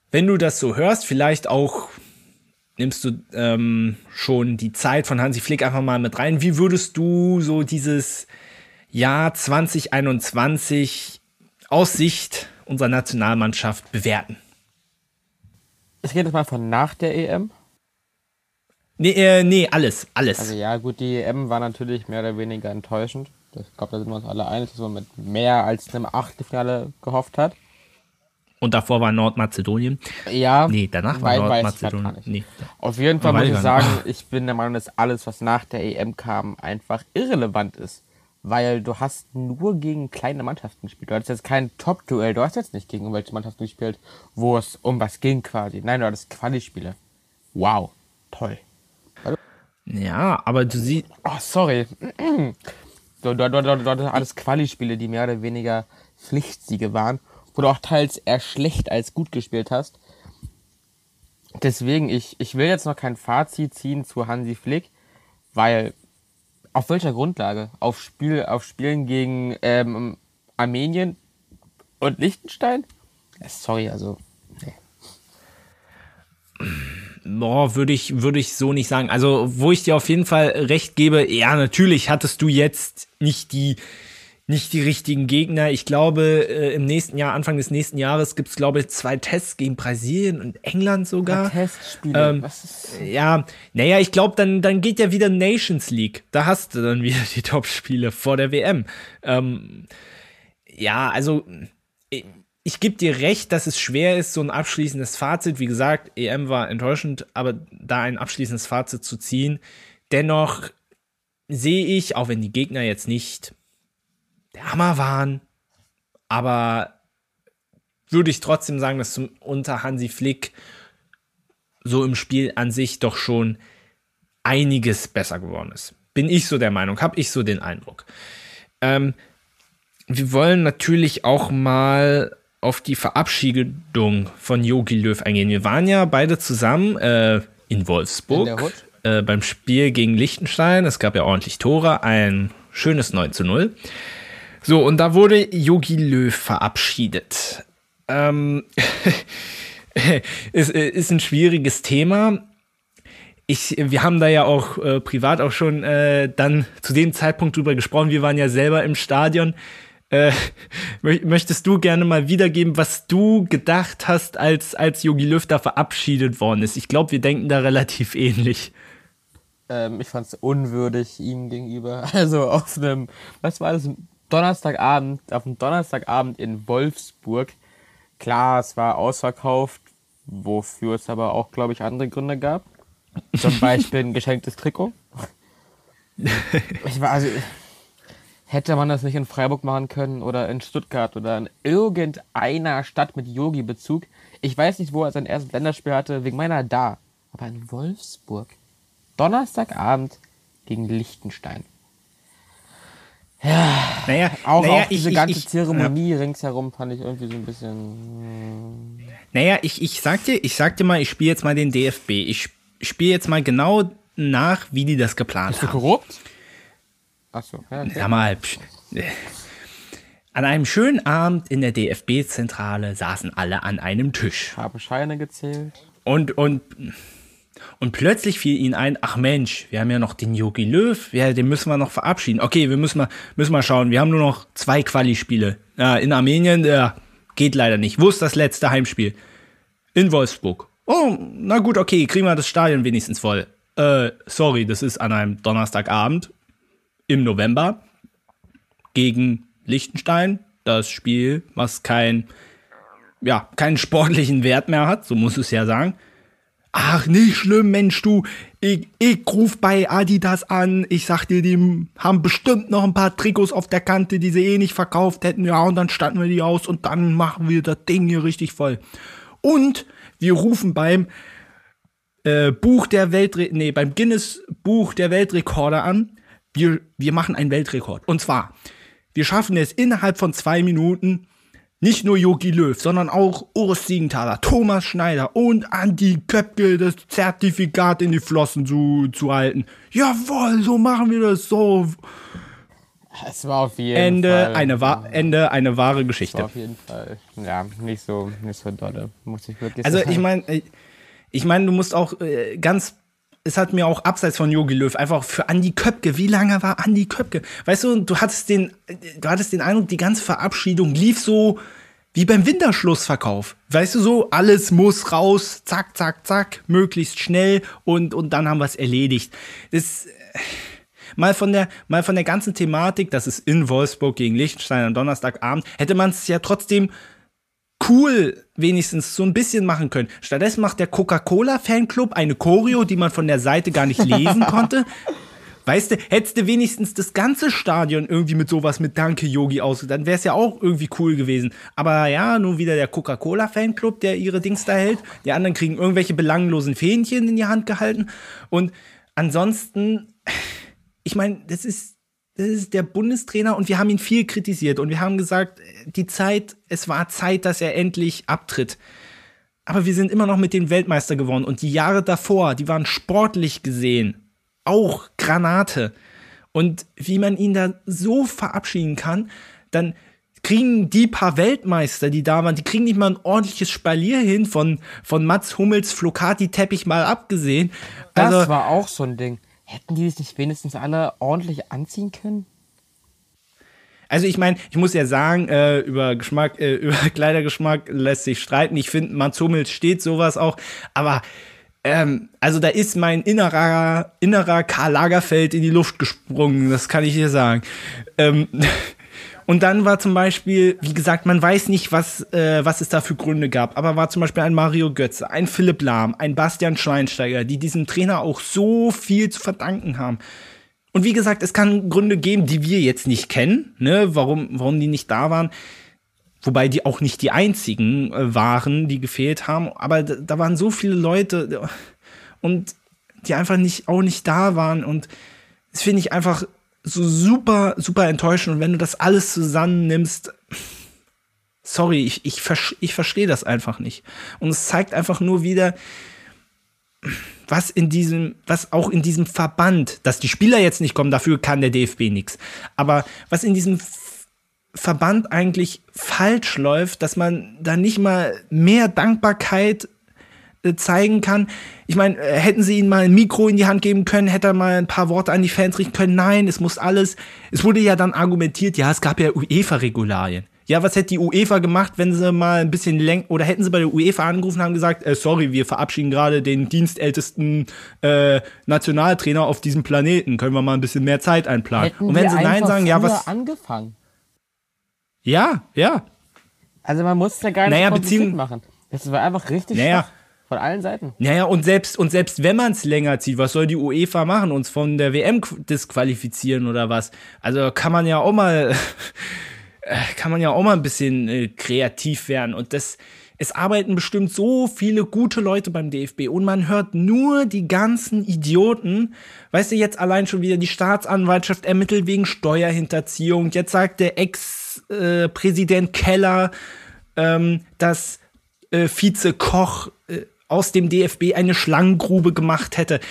wenn du das so hörst, vielleicht auch nimmst du ähm, schon die Zeit von Hansi Flick einfach mal mit rein. Wie würdest du so dieses Jahr zwanzig einundzwanzig aus Sicht unserer Nationalmannschaft bewerten?
Ich rede jetzt mal von nach der E M.
Nee, äh, nee, alles, alles.
Also ja, gut, die E M war natürlich mehr oder weniger enttäuschend. Ich glaube, da sind wir uns alle einig, dass man mit mehr als einem Achtelfinale gehofft hat.
Und davor war Nordmazedonien.
Ja,
Nee, danach war
weil- weiß ich
Nordmazedonien.
grad gar nicht.
Nee.
Auf jeden Fall
Weiß
muss
ich
ich
gar
sagen,
nicht.
ich bin der Meinung, dass alles, was nach der E M kam, einfach irrelevant ist. Weil du hast nur gegen kleine Mannschaften gespielt. Du hattest jetzt kein Top-Duell. Du hast jetzt nicht gegen irgendwelche Mannschaften gespielt, wo es um was ging quasi. Nein, du hattest Quali-Spiele. Wow, toll.
Ja, aber du siehst,
Oh, sorry. Du, du, du, du, du hattest alles Quali-Spiele, die mehr oder weniger Pflichtsiege waren, wo du auch teils eher schlecht als gut gespielt hast. Deswegen, ich, ich will jetzt noch kein Fazit ziehen zu Hansi Flick, weil auf welcher Grundlage? Auf, Spiel, auf Spielen gegen ähm, Armenien und Liechtenstein? Äh, Sorry, also. Nee.
boah, würde ich, würde ich so nicht sagen. Also, wo ich dir auf jeden Fall recht gebe, ja, natürlich hattest du jetzt nicht die, nicht die richtigen Gegner. Ich glaube, äh, im nächsten Jahr, Anfang des nächsten Jahres, gibt es, glaube ich, zwei Tests gegen Brasilien und England sogar.
Testspiele.
Ähm,
Was ist.
Ja, naja, ich glaube, dann, dann geht ja wieder Nations League. Da hast du dann wieder die Top-Spiele vor der W M. Ähm, ja, also ich, ich gebe dir recht, dass es schwer ist, so ein abschließendes Fazit. Wie gesagt, E M war enttäuschend, aber da ein abschließendes Fazit zu ziehen, dennoch sehe ich, auch wenn die Gegner jetzt nicht der Hammer waren, aber würde ich trotzdem sagen, dass zum, unter Hansi Flick so im Spiel an sich doch schon einiges besser geworden ist. Bin ich so der Meinung, habe ich so den Eindruck. Ähm, wir wollen natürlich auch mal auf die Verabschiedung von Jogi Löw eingehen. Wir waren ja beide zusammen äh, in
In
Wolfsburg
der Hut?
äh, beim Spiel gegen Liechtenstein. Es gab ja ordentlich Tore, ein schönes neun zu null. So, und da wurde Jogi Löw verabschiedet. Ähm, ist, ist ein schwieriges Thema. Ich, wir haben da ja auch äh, privat auch schon äh, dann zu dem Zeitpunkt drüber gesprochen. Wir waren ja selber im Stadion. Äh, mö- möchtest du gerne mal wiedergeben, was du gedacht hast, als, als Jogi Löw da verabschiedet worden ist? Ich glaube, wir denken da relativ ähnlich.
Ähm, ich fand es unwürdig ihm gegenüber. Also auf einem, was war das, Donnerstagabend, auf einem Donnerstagabend in Wolfsburg. Klar, es war ausverkauft, wofür es aber auch, glaube ich, andere Gründe gab. Zum Beispiel ein geschenktes Trikot. Ich war, also, hätte man das nicht in Freiburg machen können oder in Stuttgart oder in irgendeiner Stadt mit Yogi-Bezug. Ich weiß nicht, wo er sein erstes Länderspiel hatte, wegen meiner da. Aber in Wolfsburg. Donnerstagabend gegen Liechtenstein. Ja,
Naja,
auch,
naja,
auch diese
ich,
ganze
ich, ich,
Zeremonie ringsherum fand ich irgendwie so ein bisschen.
Naja, ich, ich sag dir, ich sag dir mal, ich spiele jetzt mal den D F B. Ich spiele jetzt mal genau nach, wie die das geplant
Bist du
haben.
korrupt? Achso, ja, okay.
Sag mal, psch, äh. An einem schönen Abend in der D F B-Zentrale saßen alle an einem Tisch.
Habe Scheine gezählt.
Und, und, und plötzlich fiel ihnen ein, ach Mensch, wir haben ja noch den Jogi Löw, ja, den müssen wir noch verabschieden. Okay, wir müssen mal, müssen mal schauen, wir haben nur noch zwei Quali-Spiele. Ja, in Armenien, ja, geht leider nicht. Wo ist das letzte Heimspiel? In Wolfsburg. Oh, na gut, okay, kriegen wir das Stadion wenigstens voll. Äh, sorry, das ist an einem Donnerstagabend im November gegen Liechtenstein. Das Spiel, was kein, ja, keinen sportlichen Wert mehr hat, so muss es ja sagen. Ach, nicht schlimm, Mensch, du. Ich, ich ruf bei Adidas an. Ich sag dir, die haben bestimmt noch ein paar Trikots auf der Kante, die sie eh nicht verkauft hätten. Ja, und dann statten wir die aus und dann machen wir das Ding hier richtig voll. Und wir rufen beim äh, Buch der Weltre- nee, beim Guinness Buch der Weltrekorde an. Wir, wir machen einen Weltrekord. Und zwar, wir schaffen es innerhalb von zwei Minuten, nicht nur Jogi Löw, sondern auch Urs Siegenthaler, Thomas Schneider und Andi Köpke das Zertifikat in die Flossen zu, zu halten. Jawohl, so machen wir das so.
Es war auf jeden
Ende,
Fall.
Eine wa- Ende, eine wahre
Es war
Geschichte.
auf jeden Fall. Ja, nicht so, nicht so dolle, muss ich wirklich
Also
sagen.
ich meine, ich meine, du musst auch äh, ganz, es hat mir auch abseits von Jogi Löw einfach für Andi Köpke, wie lange war Andi Köpke? Weißt du, du hattest den, du hattest den Eindruck, die ganze Verabschiedung lief so wie beim Winterschlussverkauf. Weißt du, so, alles muss raus, zack, zack, zack, möglichst schnell und, und dann haben wir es erledigt. Das, mal von der, mal von der ganzen Thematik, das ist in Wolfsburg gegen Liechtenstein am Donnerstagabend, hätte man es ja trotzdem cool wenigstens so ein bisschen machen können. Stattdessen macht der Coca-Cola-Fanclub eine Choreo, die man von der Seite gar nicht lesen konnte. Weißt du, hättest du wenigstens das ganze Stadion irgendwie mit sowas mit Danke Yogi aus, dann wäre es ja auch irgendwie cool gewesen. Aber ja, nun wieder der Coca-Cola-Fanclub, der ihre Dings da hält. Die anderen kriegen irgendwelche belanglosen Fähnchen in die Hand gehalten. Und ansonsten, ich meine, das ist, das ist der Bundestrainer und wir haben ihn viel kritisiert. Und wir haben gesagt, die Zeit, es war Zeit, dass er endlich abtritt. Aber wir sind immer noch mit dem Weltmeister geworden. Und die Jahre davor, die waren sportlich gesehen auch Granate. Und wie man ihn da so verabschieden kann, dann kriegen die paar Weltmeister, die da waren, die kriegen nicht mal ein ordentliches Spalier hin von, von Mats Hummels Flocati-Teppich mal abgesehen.
Das
Also,
war auch so ein Ding. Hätten die sich nicht wenigstens alle ordentlich anziehen können?
Also ich meine, ich muss ja sagen, äh, über Geschmack, äh, über Kleidergeschmack lässt sich streiten. Ich finde, Mats Hummels steht sowas auch, aber Ähm, also da ist mein innerer, innerer Karl Lagerfeld in die Luft gesprungen, das kann ich dir sagen. Ähm, und dann war zum Beispiel, wie gesagt, man weiß nicht, was, äh, was es da für Gründe gab, aber war zum Beispiel ein Mario Götze, ein Philipp Lahm, ein Bastian Schweinsteiger, die diesem Trainer auch so viel zu verdanken haben. Und wie gesagt, es kann Gründe geben, die wir jetzt nicht kennen, ne, warum, warum die nicht da waren. Wobei die auch nicht die einzigen äh, waren, die gefehlt haben. Aber da, da waren so viele Leute und die einfach nicht, auch nicht da waren. Und das finde ich einfach so super, super enttäuschend. Und wenn du das alles zusammennimmst, sorry, ich, ich, ich verstehe das einfach nicht. Und es zeigt einfach nur wieder, was in diesem, was auch in diesem Verband, dass die Spieler jetzt nicht kommen, dafür kann der D F B nichts. Aber was in diesem Verband eigentlich falsch läuft, dass man da nicht mal mehr Dankbarkeit äh, zeigen kann. Ich meine, äh, hätten sie ihm mal ein Mikro in die Hand geben können, hätte er mal ein paar Worte an die Fans richten können. Nein, es muss alles, es wurde ja dann argumentiert, ja, es gab ja UEFA-Regularien. Ja, was hätte die UEFA gemacht, wenn sie mal ein bisschen länger, oder hätten sie bei der UEFA angerufen und haben gesagt, äh, sorry, wir verabschieden gerade den dienstältesten äh, Nationaltrainer auf diesem Planeten, können wir mal ein bisschen mehr Zeit einplanen.
Hätten
und wenn
wir
sie Nein sagen, ja, was...
angefangen.
Ja, ja.
Also man muss ja gar nicht
naja,
kompliziert
beziehen,
machen. Das war einfach richtig
naja,
schwach. Von allen Seiten.
Naja, und selbst, und selbst wenn man es länger zieht, was soll die UEFA machen? Uns von der W M disqualifizieren oder was? Also kann man ja auch mal, kann man ja auch mal ein bisschen äh, kreativ werden. Und das, es arbeiten bestimmt so viele gute Leute beim D F B und man hört nur die ganzen Idioten. Weißt du, jetzt allein schon wieder die Staatsanwaltschaft ermittelt wegen Steuerhinterziehung. Jetzt sagt der Ex-Präsident Keller, ähm, dass äh, Vize Koch äh, aus dem D F B eine Schlangengrube gemacht hätte.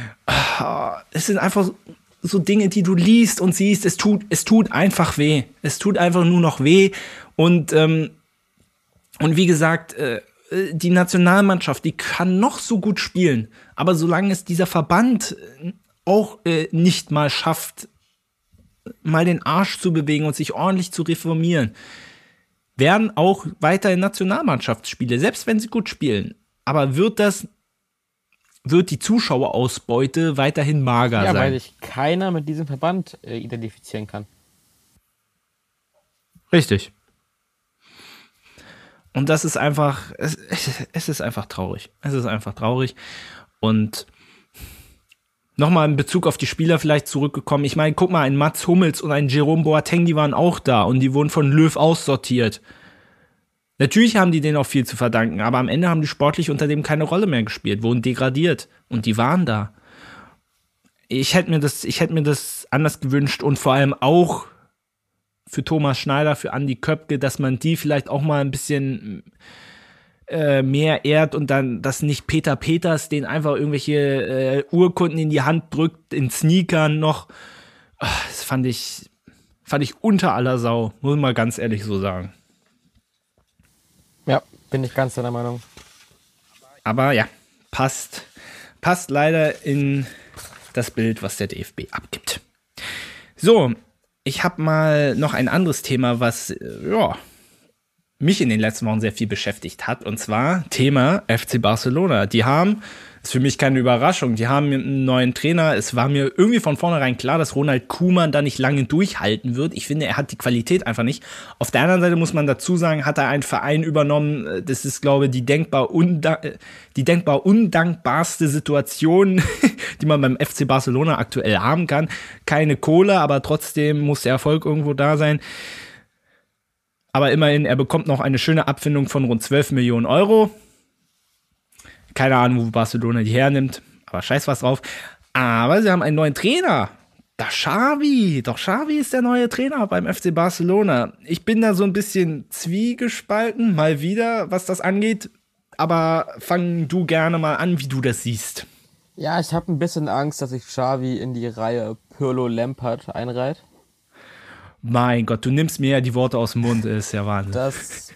Es sind einfach so Dinge, die du liest und siehst. Es tut, es tut einfach weh. Es tut einfach nur noch weh. Und ähm, Und wie gesagt, äh, die Nationalmannschaft, die kann noch so gut spielen, aber solange es dieser Verband auch äh, nicht mal schafft, mal den Arsch zu bewegen und sich ordentlich zu reformieren, werden auch weiterhin Nationalmannschaftsspiele, selbst wenn sie gut spielen. Aber wird das, wird die Zuschauerausbeute weiterhin mager
ja,
sein?
Ja, weil sich keiner mit diesem Verband äh, identifizieren kann.
Richtig. Und das ist einfach, es, es ist einfach traurig. Es ist einfach traurig. Und nochmal in Bezug auf die Spieler vielleicht zurückgekommen. Ich meine, guck mal, ein Mats Hummels und ein Jerome Boateng, die waren auch da und die wurden von Löw aussortiert. Natürlich haben die denen auch viel zu verdanken, aber am Ende haben die sportlich unter dem keine Rolle mehr gespielt, wurden degradiert und die waren da. Ich hätte mir das, ich hätte mir das anders gewünscht und vor allem auch für Thomas Schneider, für Andi Köpke, dass man die vielleicht auch mal ein bisschen äh, mehr ehrt und dann, dass nicht Peter Peters den einfach irgendwelche äh, Urkunden in die Hand drückt, in Sneakern noch. Ach, das fand ich, fand ich unter aller Sau, muss man mal ganz ehrlich so sagen.
Ja, bin ich ganz deiner Meinung.
Aber ja, passt, passt leider in das Bild, was der D F B abgibt. So, ich habe mal noch ein anderes Thema, was ja, mich in den letzten Wochen sehr viel beschäftigt hat. Und zwar Thema F C Barcelona. Die haben, ist für mich keine Überraschung, die haben einen neuen Trainer. Es war mir irgendwie von vornherein klar, dass Ronald Koeman da nicht lange durchhalten wird. Ich finde, er hat die Qualität einfach nicht. Auf der anderen Seite muss man dazu sagen, hat er einen Verein übernommen. Das ist, glaube ich, die denkbar, unda- die denkbar undankbarste Situation, die man beim F C Barcelona aktuell haben kann. Keine Kohle, aber trotzdem muss der Erfolg irgendwo da sein. Aber immerhin, er bekommt noch eine schöne Abfindung von rund zwölf Millionen Euro. Keine Ahnung, wo Barcelona die hernimmt, aber scheiß was drauf. Aber sie haben einen neuen Trainer. Der Xavi. Doch Xavi ist der neue Trainer beim F C Barcelona. Ich bin da so ein bisschen zwiegespalten, mal wieder, was das angeht. Aber fang du gerne mal an, wie du das siehst.
Ja, ich habe ein bisschen Angst, dass sich Xavi in die Reihe Pirlo-Lampard einreiht.
Mein Gott, du nimmst mir ja die Worte aus dem Mund, ist ja Wahnsinn.
Dass,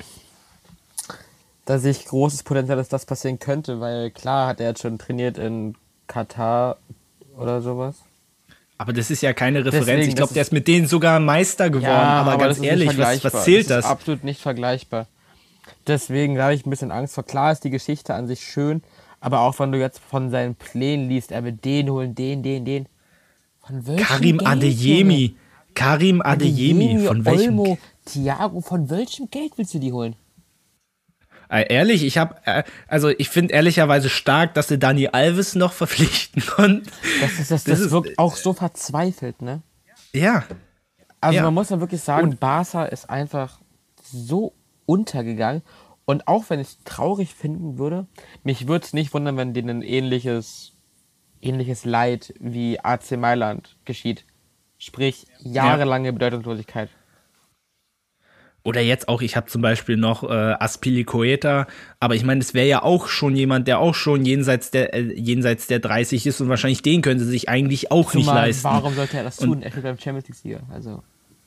dass ich großes Potenzial, dass das passieren könnte, weil klar hat er jetzt schon trainiert in Katar oder sowas.
Aber das ist ja keine Referenz.
Deswegen,
ich glaube, der ist mit denen sogar Meister geworden. Ja, aber, aber ganz ehrlich, was, was zählt das?
Das ist absolut nicht vergleichbar. Deswegen habe ich ein bisschen Angst vor. Klar ist die Geschichte an sich schön, aber auch wenn du jetzt von seinen Plänen liest, er will den holen, den, den, den. Von welchem
Karim
Geld,
Adeyemi.
Junge?
Karim Adeyemi, von welchem?
Olmo, Thiago, von welchem Geld willst du die holen?
Äh, ehrlich, ich habe, äh, also ich finde ehrlicherweise stark, dass sie Dani Alves noch verpflichten konnten.
Das, ist, das, das, das wirkt auch so verzweifelt, ne?
Ja.
Also
ja.
man muss ja wirklich sagen,
Und
Barca ist einfach so untergegangen. Und auch wenn ich es traurig finden würde, mich würde es nicht wundern, wenn denen ein ähnliches, ähnliches Leid wie A C Mailand geschieht. Sprich, jahrelange ja. Bedeutungslosigkeit.
Oder jetzt auch, ich habe zum Beispiel noch äh, Azpilicueta, aber ich meine, das wäre ja auch schon jemand, der auch schon jenseits der, äh, jenseits der dreißig ist und wahrscheinlich den können sie sich eigentlich auch Zumal, nicht leisten.
Warum sollte er das tun? Und er steht beim Champions League-Sieger. Also.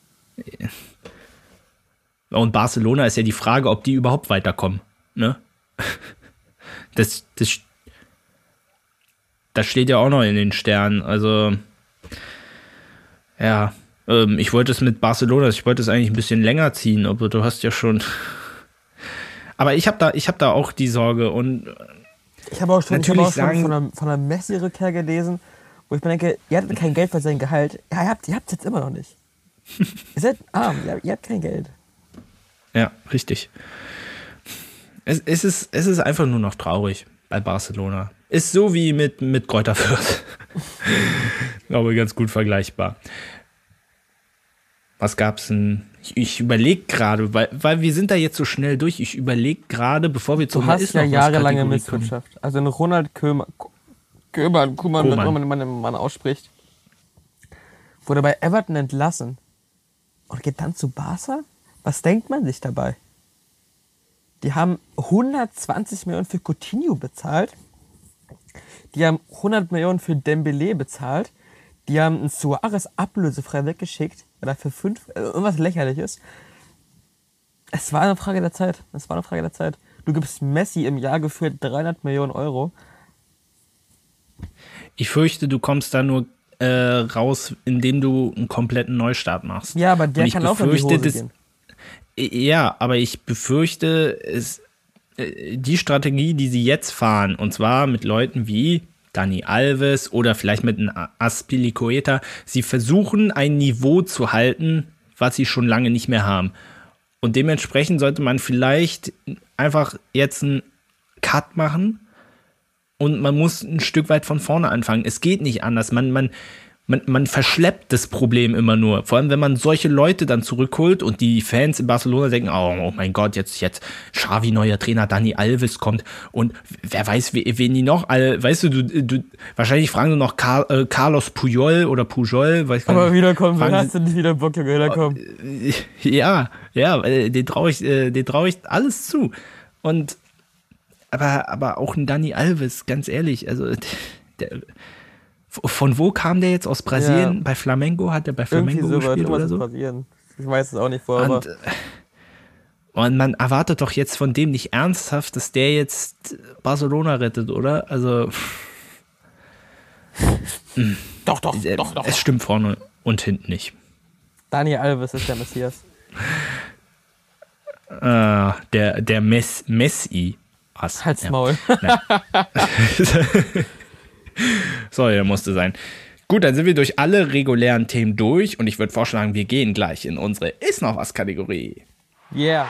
Und Barcelona ist ja die Frage, ob die überhaupt weiterkommen. Ne? Das, das, das steht ja auch noch in den Sternen. Also ja, ähm, ich wollte es mit Barcelona, ich wollte es eigentlich ein bisschen länger ziehen, aber du hast ja schon. Aber ich habe da, ich habe da auch die Sorge und
ich habe auch schon,
natürlich
ich hab auch
sagen,
schon von einer, von einer Messi-Rückkehr gelesen, wo ich mir denke, ihr hattet kein Geld für sein Gehalt. Ja, ihr habt, ihr habt es jetzt immer noch nicht. Ihr seid arm, ihr, ihr habt kein Geld.
Ja, richtig. Es, es, ist, es ist einfach nur noch traurig bei Barcelona. Ist so wie mit, mit Greuther Fürth. Ich glaube, ganz gut vergleichbar. Was gab's denn? Ich, ich überlege gerade, weil, weil wir sind da jetzt so schnell durch. Ich überlege gerade, bevor wir zum
Du hast ja jahrelange Misswirtschaft. Also ein Ronald Koeman, Koeman, Koeman, wie man, man, man ausspricht, wurde bei Everton entlassen und geht dann zu Barca? Was denkt man sich dabei? Die haben hundertzwanzig Millionen für Coutinho bezahlt. Die haben hundert Millionen für Dembélé bezahlt. Die haben einen Suarez ablösefrei weggeschickt, weil er für fünf, äh, irgendwas Lächerliches. Es war eine Frage der Zeit. Es war eine Frage der Zeit. Du gibst Messi im Jahr geführt dreihundert Millionen Euro.
Ich fürchte, du kommst da nur äh, raus, indem du einen kompletten Neustart machst.
Ja, aber der kann auch in die Hose
das,
gehen.
Ja, aber ich befürchte, es, die Strategie, die sie jetzt fahren, und zwar mit Leuten wie Dani Alves oder vielleicht mit einem Azpilicueta, sie versuchen ein Niveau zu halten, was sie schon lange nicht mehr haben. Und dementsprechend sollte man vielleicht einfach jetzt einen Cut machen und man muss ein Stück weit von vorne anfangen. Es geht nicht anders. Man, man, man, man verschleppt das Problem immer nur. Vor allem, wenn man solche Leute dann zurückholt und die Fans in Barcelona denken, oh, oh mein Gott, jetzt, jetzt Xavi, neuer Trainer, Dani Alves kommt und wer weiß, wen die noch, all, weißt du, du, du wahrscheinlich fragen sie noch Car, äh, Carlos Puyol oder Pujol. Weiß
Aber
nicht,
wiederkommen, dann hast du nicht wieder Bock, Junge, wiederkommen.
Ja, ja, den traue ich, den traue ich alles zu. Und aber, aber auch ein Dani Alves, ganz ehrlich, also der, Von wo kam der jetzt? Aus Brasilien?
Ja.
Bei Flamengo? Hat er bei Flamengo
Irgendwie so
gespielt oder so?
Brasilien. Ich weiß es auch nicht vorher.
Und, und man erwartet doch jetzt von dem nicht ernsthaft, dass der jetzt Barcelona rettet, oder? Also.
Doch, doch,
äh,
doch, doch.
Es stimmt vorne und hinten nicht.
Dani Alves ist der Messias.
Äh, der der Mess, Messi. Was?
Halt's
Ja.
Maul.
Sorry, der musste sein. Gut, dann sind wir durch alle regulären Themen durch und ich würde vorschlagen, wir gehen gleich in unsere Ist noch was Kategorie.
Yeah.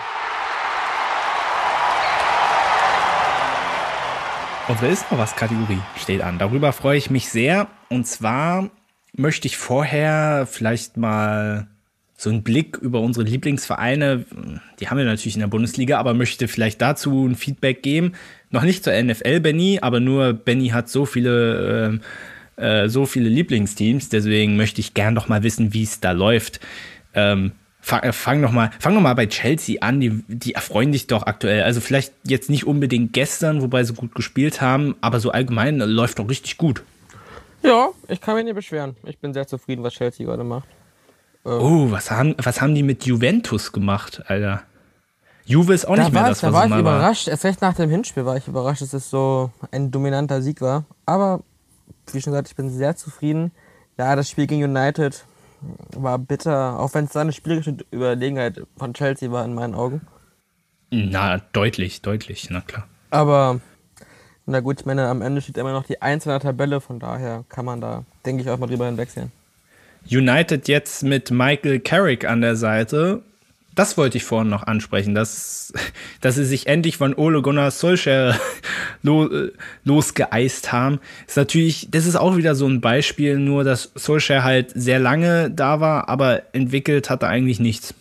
Unsere Ist noch was Kategorie steht an. Darüber freue ich mich sehr. Und zwar möchte ich vorher vielleicht mal so einen Blick über unsere Lieblingsvereine, die haben wir natürlich in der Bundesliga, aber möchte vielleicht dazu ein Feedback geben. Noch nicht zur N F L, Benny, aber nur Benny hat so viele, äh, äh, so viele Lieblingsteams, deswegen möchte ich gern doch mal wissen, wie es da läuft. Ähm, fang, fang noch mal, fang noch mal bei Chelsea an, die, die erfreuen dich doch aktuell. Also vielleicht jetzt nicht unbedingt gestern, wobei sie gut gespielt haben, aber so allgemein äh, läuft doch richtig gut.
Ja, ich kann mich nicht beschweren. Ich bin sehr zufrieden, was Chelsea gerade macht.
Oh, was haben, was haben die mit Juventus gemacht, Alter? Juve ist auch nicht
Da
mehr
war,
das,
da
was
war
es
ich
mal war.
überrascht. Erst recht nach dem Hinspiel war ich überrascht, dass es so ein dominanter Sieg war. Aber, wie schon gesagt, ich bin sehr zufrieden. Ja, das Spiel gegen United war bitter, auch wenn es da eine spielerische Überlegenheit von Chelsea war in meinen Augen.
Na, deutlich, deutlich, na klar.
Aber, na gut, ich meine, am Ende steht immer noch die Eins in der Tabelle, von daher kann man da, denke ich, auch mal drüber hinwegsehen.
United jetzt mit Michael Carrick an der Seite. Das wollte ich vorhin noch ansprechen, dass, dass sie sich endlich von Ole Gunnar Solskjaer lo, losgeeist haben. Ist natürlich, das ist auch wieder so ein Beispiel, nur dass Solskjaer halt sehr lange da war, aber entwickelt hat er eigentlich nichts.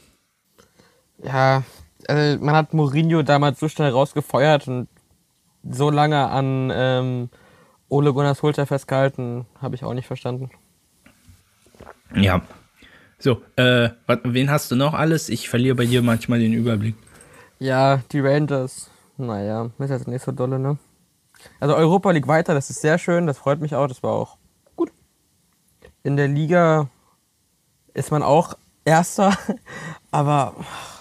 Ja, also man hat Mourinho damals so schnell rausgefeuert und so lange an ähm, Ole Gunnar Solskjaer festgehalten, habe ich auch nicht verstanden.
Ja. So, äh, wat, wen hast du noch alles? Ich verliere bei dir manchmal den Überblick.
Ja, die Rangers, naja, ist jetzt nicht so dolle, ne? Also Europa League weiter, das ist sehr schön, das freut mich auch, das war auch gut. In der Liga ist man auch Erster, aber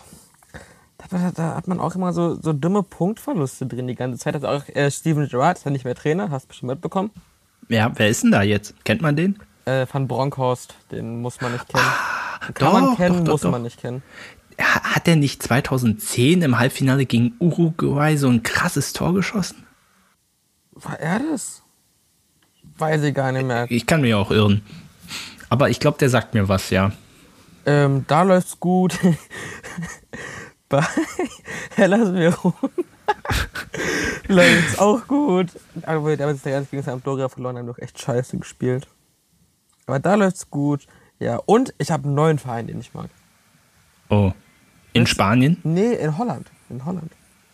da, da hat man auch immer so, so dumme Punktverluste drin die ganze Zeit. Also auch äh, Steven Gerrard ist ja nicht mehr Trainer, hast du bestimmt mitbekommen.
Ja, wer ist denn da jetzt? Kennt man den?
Äh, Van Bronckhorst, den muss man nicht kennen. Den kann
doch,
man kennen,
doch, doch,
muss
doch.
man nicht kennen.
Hat er nicht zweitausendzehn im Halbfinale gegen Uruguay so ein krasses Tor geschossen?
War er das? Weiß ich gar nicht mehr.
Ich kann mich auch irren. Aber ich glaube, der sagt mir was, ja.
Ähm, da läuft's gut. Bei Hellas Verona läuft's auch gut. Aber damals ist der ganze gegen Sampdoria verloren, haben doch echt scheiße gespielt. Aber da läuft's gut. Ja, und ich habe einen neuen Verein, den ich mag.
Oh. In
Was?
Spanien?
Nee, in Holland. In Holland.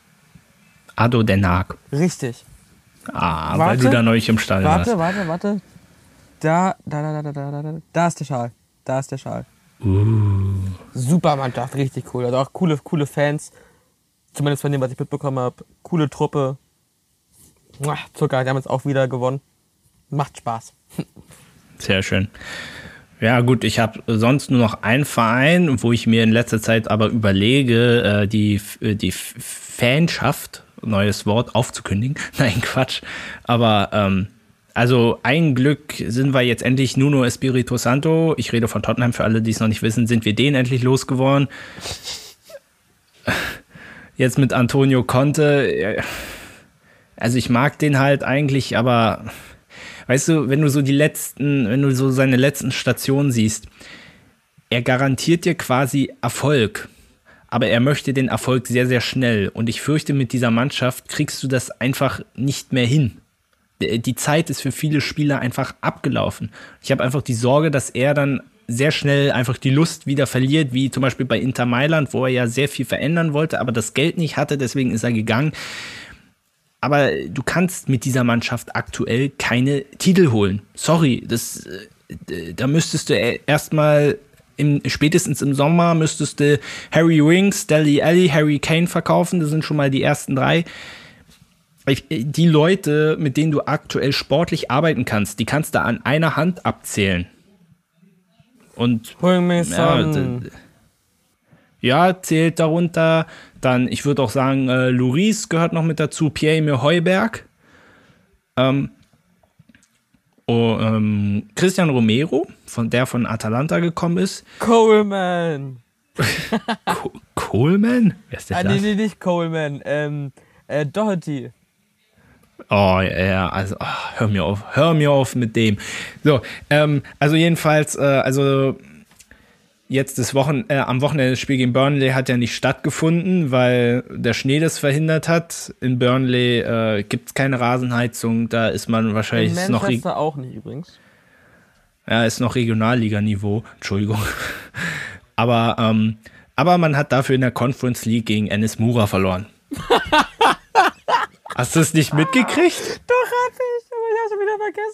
Ado Den Haag.
Richtig.
Ah, weil
Warte,
du da neulich im Stall
Warte,
warst.
warte, warte. Da, da, da, da, da, da, da. Da ist der Schal. Da ist der Schal.
Uh.
Super Mannschaft, richtig cool. Also auch coole, coole Fans. Zumindest von dem, was ich mitbekommen habe. Coole Truppe. Muah, Zucker, die haben jetzt auch wieder gewonnen. Macht Spaß.
Sehr schön. Ja gut, ich habe sonst nur noch einen Verein, wo ich mir in letzter Zeit aber überlege, äh, die, die Fanschaft, neues Wort, aufzukündigen. Nein, Quatsch. Aber ähm, also ein Glück sind wir jetzt endlich Nuno Espirito Santo. Ich rede von Tottenham, für alle, die es noch nicht wissen, sind wir den endlich losgeworden. Jetzt mit Antonio Conte. Also ich mag den halt eigentlich, aber weißt du, wenn du so die letzten, wenn du so seine letzten Stationen siehst, er garantiert dir quasi Erfolg, aber er möchte den Erfolg sehr, sehr schnell. Und ich fürchte, mit dieser Mannschaft kriegst du das einfach nicht mehr hin. Die Zeit ist für viele Spieler einfach abgelaufen. Ich habe einfach die Sorge, dass er dann sehr schnell einfach die Lust wieder verliert, wie zum Beispiel bei Inter Mailand, wo er ja sehr viel verändern wollte, aber das Geld nicht hatte, deswegen ist er gegangen. Aber du kannst mit dieser Mannschaft aktuell keine Titel holen. Sorry, das, da müsstest du erstmal im, spätestens im Sommer müsstest du Harry Winks, Dele Alli, Harry Kane verkaufen. Das sind schon mal die ersten drei. Ich, die Leute, mit denen du aktuell sportlich arbeiten kannst, die kannst du an einer Hand abzählen. Und ja, ja, zählt darunter. Dann, ich würde auch sagen, äh, Lloris gehört noch mit dazu, Pierre-Emile Heuberg. Ähm, oh, ähm, Christian Romero, von der von Atalanta gekommen ist.
Coleman.
Co- Coleman? Wer ist denn
ah,
das?
Nee, nee, nicht Coleman. Ähm, äh, Doherty.
Oh, ja, ja, also oh, hör mir auf, hör mir auf mit dem. So, ähm, also jedenfalls, äh, also jetzt das Wochen, äh, am Wochenende das Spiel gegen Burnley hat ja nicht stattgefunden, weil der Schnee das verhindert hat. In Burnley äh, gibt es keine Rasenheizung, da ist man wahrscheinlich
In
noch
Manchester auch nicht übrigens.
Ja, ist noch Regionalliganiveau, Entschuldigung. Aber, ähm, aber man hat dafür in der Conference League gegen Enes Moura verloren. Hast du es nicht mitgekriegt?
Doch, hab ich, aber ich hab's schon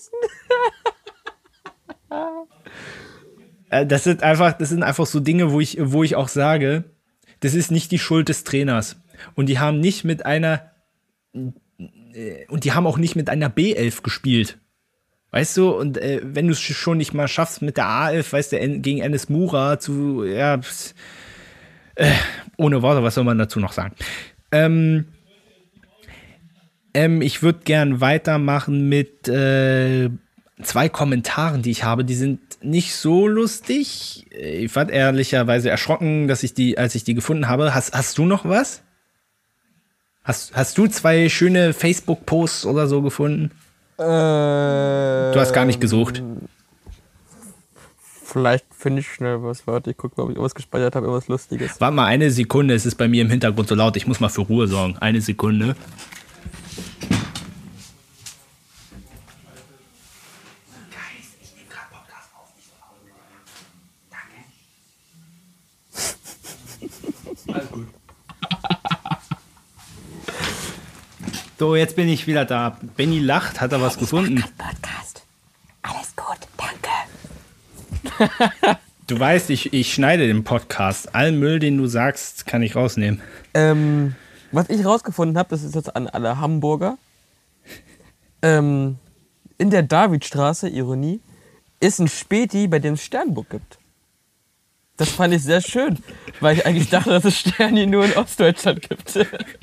wieder vergessen.
Äh, das sind einfach, das sind einfach so Dinge, wo ich, wo ich auch sage, das ist nicht die Schuld des Trainers. Und die haben nicht mit einer, äh, und die haben auch nicht mit einer B elf gespielt. Weißt du, und äh, wenn du es schon nicht mal schaffst mit der A elf, weißt du, gegen Enes Moura zu, ja, pss, äh, ohne Worte, was soll man dazu noch sagen? Ähm, ähm, ich würde gern weitermachen mit äh, zwei Kommentaren, die ich habe. Die sind nicht so lustig. Ich fand ehrlicherweise erschrocken, dass ich die, als ich die gefunden habe. Hast, hast du noch was? Hast, hast du zwei schöne Facebook-Posts oder so gefunden?
Äh,
Du hast gar nicht gesucht.
Vielleicht finde ich schnell was. Warte, ich gucke mal, ob ich irgendwas gespeichert habe, irgendwas Lustiges.
Warte mal eine Sekunde, es ist bei mir im Hintergrund so laut. Ich muss mal für Ruhe sorgen. Eine Sekunde. Alles gut. So, jetzt bin ich wieder da. Benny lacht, hat er was gefunden.
Podcast. Alles gut, danke.
Du weißt, ich, ich schneide den Podcast. Allen Müll, den du sagst, kann ich rausnehmen.
Ähm, was ich rausgefunden habe, das ist jetzt an alle Hamburger. Ähm, in der Davidstraße, Ironie, ist ein Späti, bei dem es Sternburg gibt. Das fand ich sehr schön, weil ich eigentlich dachte, dass es Sterni nur in Ostdeutschland gibt.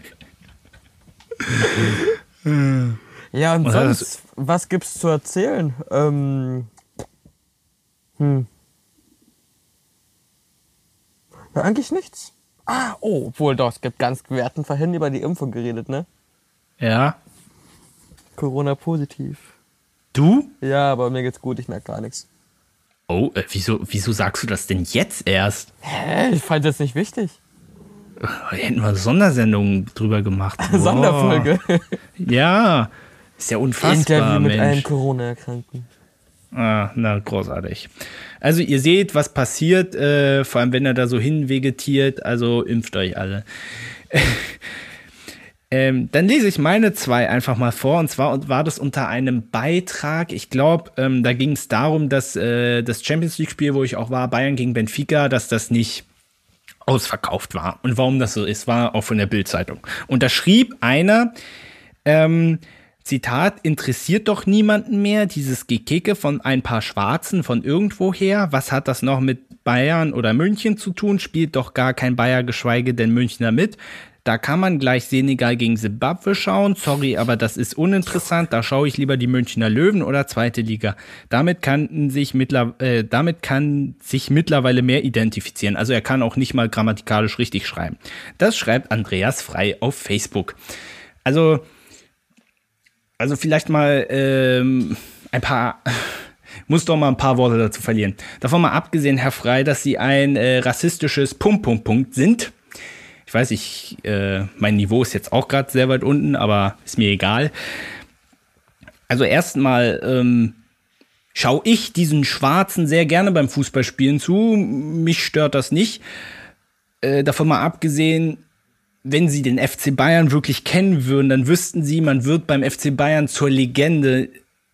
Ja, und
Und
sonst,
das-
was gibt's zu erzählen? Ähm, hm. Ja, eigentlich nichts. Ah, oh, obwohl doch, es gibt ganz, wir hatten vorhin über die Impfung geredet, ne?
Ja.
Corona positiv.
Du?
Ja, aber mir geht's gut, ich merke gar nichts.
Oh, äh, wieso, wieso sagst du das denn jetzt erst?
Hä? Ich fand das nicht wichtig.
Wir hätten mal Sondersendungen drüber gemacht. Boah.
Sonderfolge.
Ja, ist ja unfassbar,
Interview mit
Mensch.
einem Corona-Erkrankten.
Ah, na, großartig. Also ihr seht, was passiert, äh, vor allem wenn er da so hinvegetiert, also impft euch alle. ähm, dann lese ich meine zwei einfach mal vor, und zwar war das unter einem Beitrag, ich glaube, ähm, da ging es darum, dass äh, das Champions-League-Spiel, wo ich auch war, Bayern gegen Benfica, dass das nicht ausverkauft war. Und warum das so ist, war auch von der Bild-Zeitung. Und da schrieb einer, ähm, Zitat, interessiert doch niemanden mehr, dieses Gekicke von ein paar Schwarzen von irgendwoher. Was hat das noch mit Bayern oder München zu tun? Spielt doch gar kein Bayer, geschweige denn Münchner mit. Da kann man gleich Senegal gegen Simbabwe schauen. Sorry, aber das ist uninteressant. Da schaue ich lieber die Münchner Löwen oder zweite Liga. Damit kann sich, mittler- äh, damit kann sich mittlerweile mehr identifizieren. Also er kann auch nicht mal grammatikalisch richtig schreiben. Das schreibt Andreas Frei auf Facebook. Also Also vielleicht mal ähm, ein paar, muss doch mal ein paar Worte dazu verlieren. Davon mal abgesehen, Herr Frei, dass Sie ein äh, rassistisches Punkt, Punkt, Punkt sind. Ich weiß, ich, äh, mein Niveau ist jetzt auch gerade sehr weit unten, aber ist mir egal. Also erstmal ähm, schaue ich diesen Schwarzen sehr gerne beim Fußballspielen zu. Mich stört das nicht. Äh, davon mal abgesehen, wenn sie den F C Bayern wirklich kennen würden, dann wüssten sie, man wird beim F C Bayern zur Legende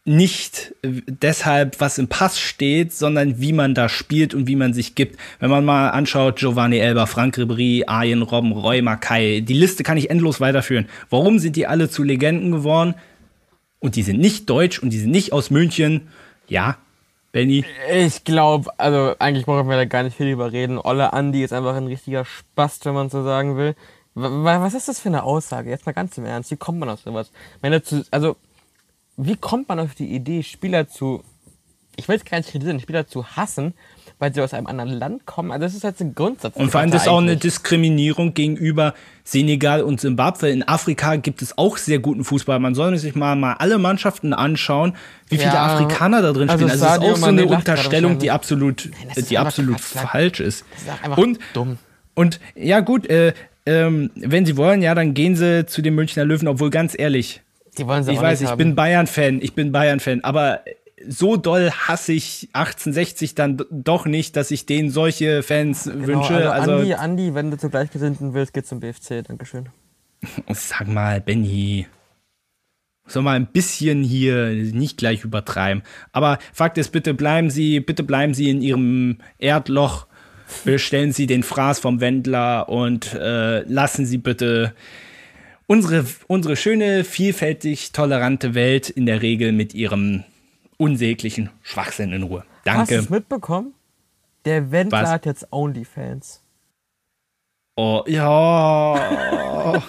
nicht deshalb, was im Pass steht, sondern wie man da spielt und wie man sich gibt. Wenn man mal anschaut, Giovanni Elber, Franck Ribéry, Arjen Robben, Roy Mackay, die Liste kann ich endlos weiterführen. Warum sind die alle zu Legenden geworden? Und die sind nicht deutsch und die sind nicht aus München. Ja, Benny?
Ich glaube, also eigentlich brauchen wir da gar nicht viel drüber reden. Olle Andi ist einfach ein richtiger Spast, wenn man so sagen will. Was ist das für eine Aussage? Jetzt mal ganz im Ernst, wie kommt man auf sowas? Meine, also, wie kommt man auf die Idee, Spieler zu, ich will es gar nicht kritisieren, Spieler zu hassen, weil sie aus einem anderen Land kommen? Also das ist jetzt ein Grundsatz.
Und vor allem das ist auch eine Diskriminierung gegenüber Senegal und Simbabwe. In Afrika gibt es auch sehr guten Fußball. Man soll sich mal, mal alle Mannschaften anschauen, wie viele
Ja,
Afrikaner da drin
also
spielen. Also das ist
Sadio
auch so
Mané
eine
lacht
Unterstellung,
gerade
die absolut,
Nein, das ist
die
einfach
absolut
Quatsch.
falsch ist.
Das ist einfach
Und,
dumm.
und ja gut, äh, ähm, wenn sie wollen, ja, dann gehen sie zu den Münchner Löwen, obwohl ganz ehrlich,
Die wollen sie
ich
auch
weiß,
nicht
ich
haben.
bin Bayern-Fan, ich bin Bayern-Fan, aber so doll hasse ich achtzehnhundertsechzig dann d- doch nicht, dass ich denen solche Fans
Genau,
wünsche.
also,
Also,
Andi, Andi, wenn du zu Gleichgesinnten willst, geh zum B F C. Dankeschön.
sag mal, Benny, soll mal ein bisschen hier nicht gleich übertreiben. Aber Fakt ist, bitte bleiben Sie, bitte bleiben Sie in Ihrem Erdloch, bestellen Sie den Fraß vom Wendler und äh, lassen Sie bitte unsere, unsere schöne, vielfältig tolerante Welt in der Regel mit ihrem unsäglichen Schwachsinn in Ruhe.
Hast du
Danke.
es mitbekommen? Der Wendler
Was?
hat jetzt Onlyfans.
Oh, ja.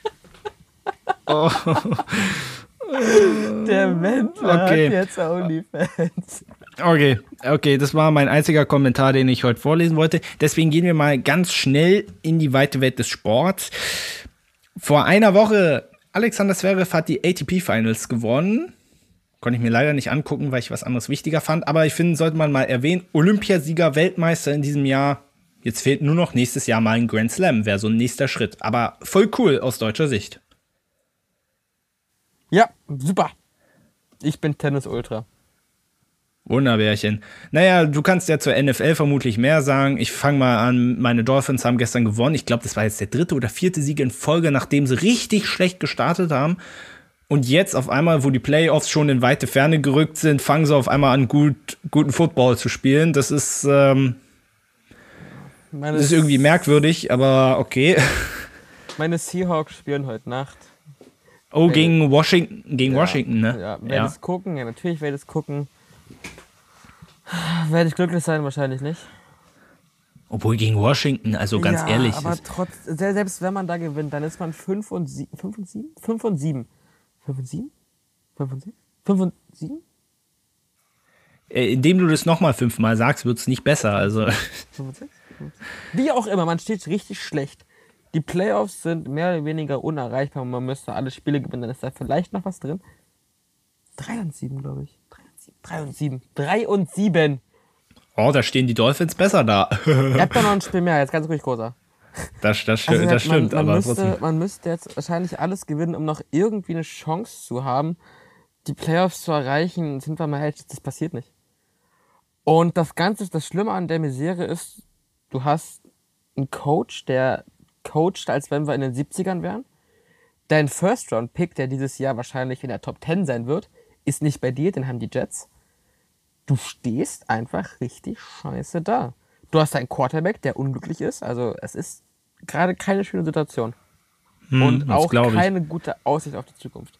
Der Wendler
Okay.
hat jetzt Onlyfans.
Okay, okay, das war mein einziger Kommentar, den ich heute vorlesen wollte. Deswegen gehen wir mal ganz schnell in die weite Welt des Sports. Vor einer Woche, Alexander Zverev hat die A T P Finals gewonnen. Konnte ich mir leider nicht angucken, weil ich was anderes wichtiger fand. Aber ich finde, sollte man mal erwähnen, Olympiasieger, Weltmeister in diesem Jahr. Jetzt fehlt nur noch nächstes Jahr mal ein Grand Slam, wäre so ein nächster Schritt. Aber voll cool aus deutscher Sicht.
Ja, super. Ich bin Tennis-Ultra.
Wunderbärchen. Naja, du kannst ja zur N F L vermutlich mehr sagen. Ich fange mal an, meine Dolphins haben gestern gewonnen. Ich glaube, das war jetzt der dritte oder vierte Sieg in Folge, nachdem sie richtig schlecht gestartet haben. Und jetzt auf einmal, wo die Playoffs schon in weite Ferne gerückt sind, fangen sie auf einmal an, gut, guten Football zu spielen. Das ist, ähm,
Meine,
das ist irgendwie merkwürdig, aber okay.
meine Seahawks spielen heute Nacht.
Oh, gegen Washington, gegen
Ja,
Washington, ne?
Ja, werde es gucken. Ja, natürlich werde ich es gucken. Werde ich glücklich sein? Wahrscheinlich nicht.
Obwohl gegen Washington, also ganz
ja,
ehrlich.
aber
ist-
trotz, se- selbst wenn man da gewinnt, dann ist man fünf und sieben. fünf und sieben? fünf und sieben. fünf und sieben? fünf und sechs? fünf und sieben?
äh, indem du das nochmal fünfmal sagst, wird es nicht besser. Also.
fünf und sechs? Wie auch immer, man steht richtig schlecht. Die Playoffs sind mehr oder weniger unerreichbar und man müsste alle Spiele gewinnen, dann ist da vielleicht noch was drin. drei und sieben, glaube ich. drei und sieben. drei und sieben.
Oh, da stehen die Dolphins besser da.
Ihr habt da noch ein Spiel mehr, jetzt ganz ruhig, Großer.
Das, das,
Also,
das
man,
stimmt,
man,
aber
müsste,
trotzdem.
man müsste jetzt wahrscheinlich alles gewinnen, um noch irgendwie eine Chance zu haben, die Playoffs zu erreichen. Sind wir mal ehrlich, das passiert nicht. Und das Ganze, das Schlimme an der Misere ist, du hast einen Coach, der coacht, als wenn wir in den siebzigern wären. Dein First-Round-Pick, der dieses Jahr wahrscheinlich in der Top zehn sein wird, ist nicht bei dir, den haben die Jets. Du stehst einfach richtig scheiße da. Du hast einen Quarterback, der unglücklich ist. Also es ist gerade keine schöne Situation.
Hm,
Und
das
auch
glaub ich.
keine gute Aussicht auf die Zukunft.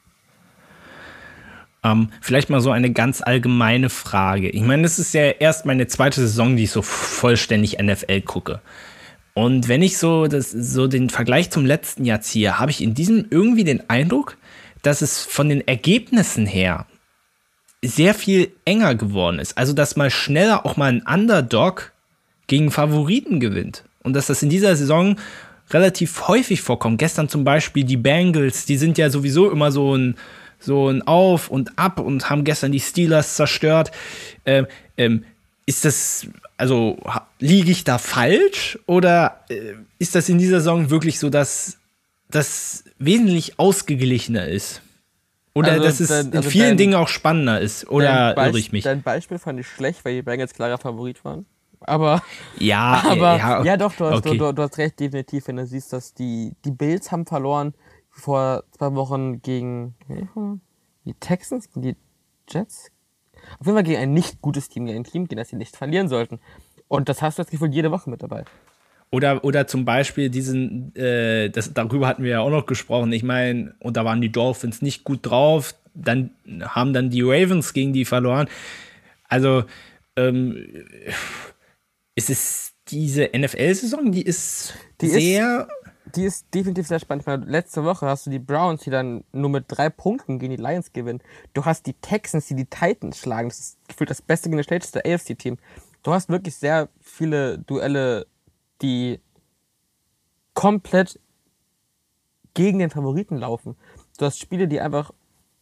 Ähm, vielleicht mal so eine ganz allgemeine Frage. Ich meine, das ist ja erst meine zweite Saison, die ich so vollständig N F L gucke. Und wenn ich so, das, so den Vergleich zum letzten Jahr ziehe, habe ich in diesem irgendwie den Eindruck, dass es von den Ergebnissen her sehr viel enger geworden ist. Also, dass mal schneller auch mal ein Underdog gegen Favoriten gewinnt. Und dass das in dieser Saison relativ häufig vorkommt. Gestern zum Beispiel die Bengals, die sind ja sowieso immer so ein, so ein Auf und Ab und haben gestern die Steelers zerstört. Ähm, ähm, ist das, also ha- liege ich da falsch? Oder äh, ist das in dieser Saison wirklich so, dass das wesentlich ausgeglichener ist? Oder
Also
dass es
dein-
in
also
vielen
dein-
Dingen auch spannender ist? Oder
Dein
irre ich mich?
Dein Beispiel fand ich schlecht, weil die Bengals klarer Favorit waren. Aber,
Ja,
aber
äh,
ja,
ja,
doch, du hast,
okay.
du, du, du hast recht, definitiv, wenn du siehst, dass die, die Bills haben verloren vor zwei Wochen gegen die Texans, die Jets? Auf jeden Fall gegen ein nicht gutes Team, gegen ein Team, gegen das sie nicht verlieren sollten. Und das hast du das Gefühl jede Woche mit dabei.
Oder, oder zum Beispiel diesen, äh, das, darüber hatten wir ja auch noch gesprochen. Ich meine, und da waren die Dolphins nicht gut drauf. Dann haben dann die Ravens gegen die verloren. Also, ähm, es ist diese N F L-Saison, die ist
Die
sehr.
Ist, die ist definitiv sehr spannend. Weil letzte Woche hast du die Browns, die dann nur mit drei Punkten gegen die Lions gewinnen. Du hast die Texans, die die Titans schlagen. Das ist gefühlt das beste gegen das schlechteste A F C-Team. Du hast wirklich sehr viele Duelle, die komplett gegen den Favoriten laufen. Du hast Spiele, die einfach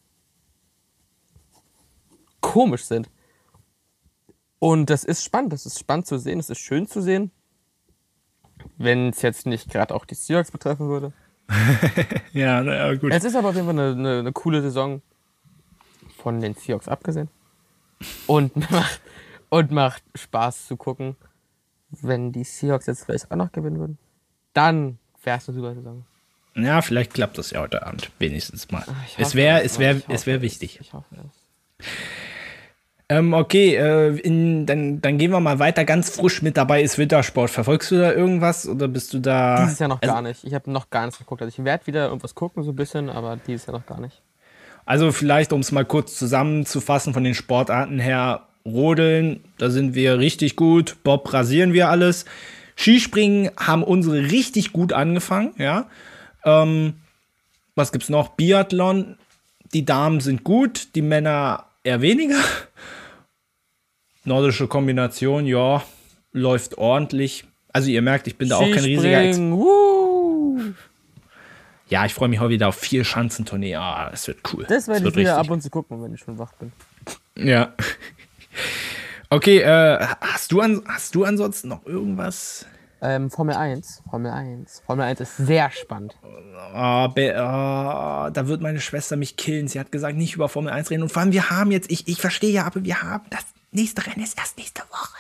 komisch sind. Und das ist spannend. Das ist spannend zu sehen. Es ist schön zu sehen. Wenn es jetzt nicht gerade auch die Seahawks betreffen würde.
Ja, naja, gut.
Es ist aber auf jeden Fall eine, eine, eine coole Saison von den Seahawks abgesehen. Und macht, und macht Spaß zu gucken. Wenn die Seahawks jetzt vielleicht auch noch gewinnen würden, dann wäre es eine super Saison.
Ja, vielleicht klappt das ja heute Abend, wenigstens mal.
Ach,
es wäre es wär, es wär wichtig.
Ich hoffe es.
Ähm, okay, äh, in, dann, dann gehen wir mal weiter. Ganz frisch mit dabei ist Wintersport. Verfolgst du da irgendwas oder bist du da?
Dieses Jahr noch
also,
gar nicht. Ich habe noch gar nichts geguckt. Also ich werde wieder irgendwas gucken, so ein bisschen, aber dieses Jahr noch gar nicht.
Also vielleicht, um es mal kurz zusammenzufassen von den Sportarten her, Rodeln, da sind wir richtig gut. Bob rasieren wir alles. Skispringen haben unsere richtig gut angefangen, ja. Ähm, was gibt's noch? Biathlon, die Damen sind gut, die Männer eher weniger. Nordische Kombination, ja, läuft ordentlich. Also ihr merkt, ich bin da auch kein riesiger Ex-
Woo!
Ja, ich freue mich heute wieder auf vier Schanzentournee. Ah, das wird cool.
Das werde
wird
ich wieder
richtig.
ab und zu gucken, wenn ich schon wach bin.
Ja. Okay, äh, hast du, an, hast du ansonsten noch irgendwas?
Ähm, Formel eins. Formel eins. Formel eins ist sehr spannend.
Oh, be- oh, da wird meine Schwester mich killen. Sie hat gesagt, nicht über Formel eins reden. Und vor allem, wir haben jetzt, ich, ich verstehe ja, aber wir haben das nächste Rennen ist erst nächste Woche.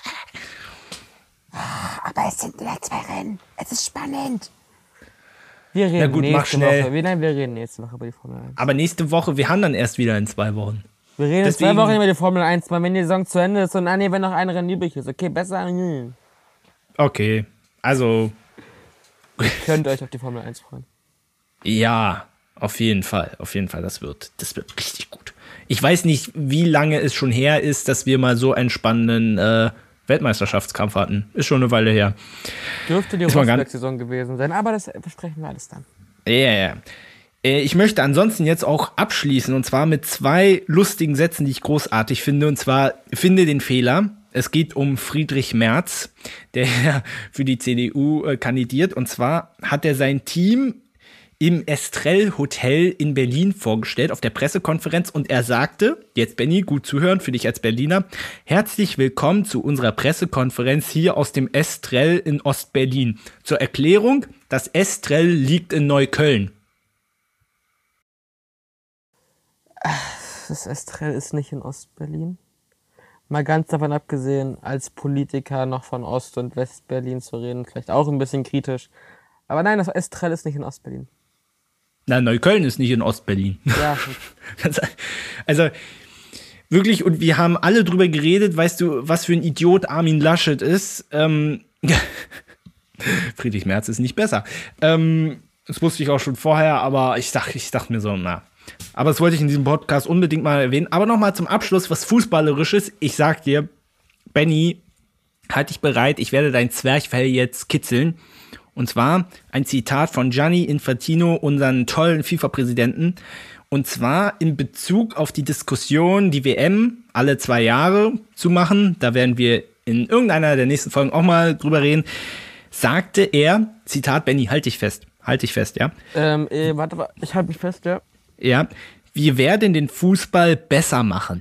Aber es sind nur zwei Rennen. Es ist spannend. Wir reden
Na gut,
nächste
mach schnell.
Woche. Nein, wir reden nächste Woche über die Formel eins.
Aber nächste Woche, wir haben dann erst wieder in zwei Wochen.
Wir reden in
Deswegen-
zwei Wochen über die Formel eins, weil wenn die Saison zu Ende ist und ah, nee, wenn noch ein Rennen übrig ist. Okay, besser. Hm.
Okay, also
Könnt ihr euch auf die Formel eins freuen.
ja, auf jeden Fall, auf jeden Fall, das wird, das wird richtig gut. Ich weiß nicht, wie lange es schon her ist, dass wir mal so einen spannenden äh, Weltmeisterschaftskampf hatten. Ist schon eine Weile her.
Dürfte die
Ist mal gar-
Rosberg-Saison gewesen sein, aber das besprechen wir alles dann.
Ja, ja. Äh, Ich möchte ansonsten jetzt auch abschließen und zwar mit zwei lustigen Sätzen, die ich großartig finde. Und zwar, finde den Fehler. Es geht um Friedrich Merz, der für die C D U äh, kandidiert. Und zwar hat er sein Team im Estrell Hotel in Berlin vorgestellt auf der Pressekonferenz und er sagte, jetzt Benni, gut zuhören für dich als Berliner, herzlich willkommen zu unserer Pressekonferenz hier aus dem Estrell in Ostberlin. Zur Erklärung, das Estrell liegt in Neukölln.
Das Estrell ist nicht in Ostberlin. Mal ganz davon abgesehen, als Politiker noch von Ost- und Westberlin zu reden, vielleicht auch ein bisschen kritisch. Aber nein, das Estrell ist nicht in Ostberlin.
Na, Neukölln ist nicht in Ostberlin.
Ja,
Also wirklich, und wir haben alle drüber geredet, weißt du, was für ein Idiot Armin Laschet ist. Ähm, Friedrich Merz ist nicht besser. Ähm, das wusste ich auch schon vorher, aber ich dachte, ich dachte mir so, na. Aber das wollte ich in diesem Podcast unbedingt mal erwähnen. Aber nochmal zum Abschluss, was Fußballerisches. Ich sag dir, Benni, halt dich bereit, ich werde dein Zwerchfell jetzt kitzeln. Und zwar ein Zitat von Gianni Infantino, unseren tollen FIFA-Präsidenten. Und zwar in Bezug auf die Diskussion, die W M alle zwei Jahre zu machen. Da werden wir in irgendeiner der nächsten Folgen auch mal drüber reden. Sagte er, Zitat, Benni, halt dich fest. Halt dich fest, ja?
ähm, äh, warte, warte, ich halte mich fest, ja.
Ja. Wir werden den Fußball besser machen.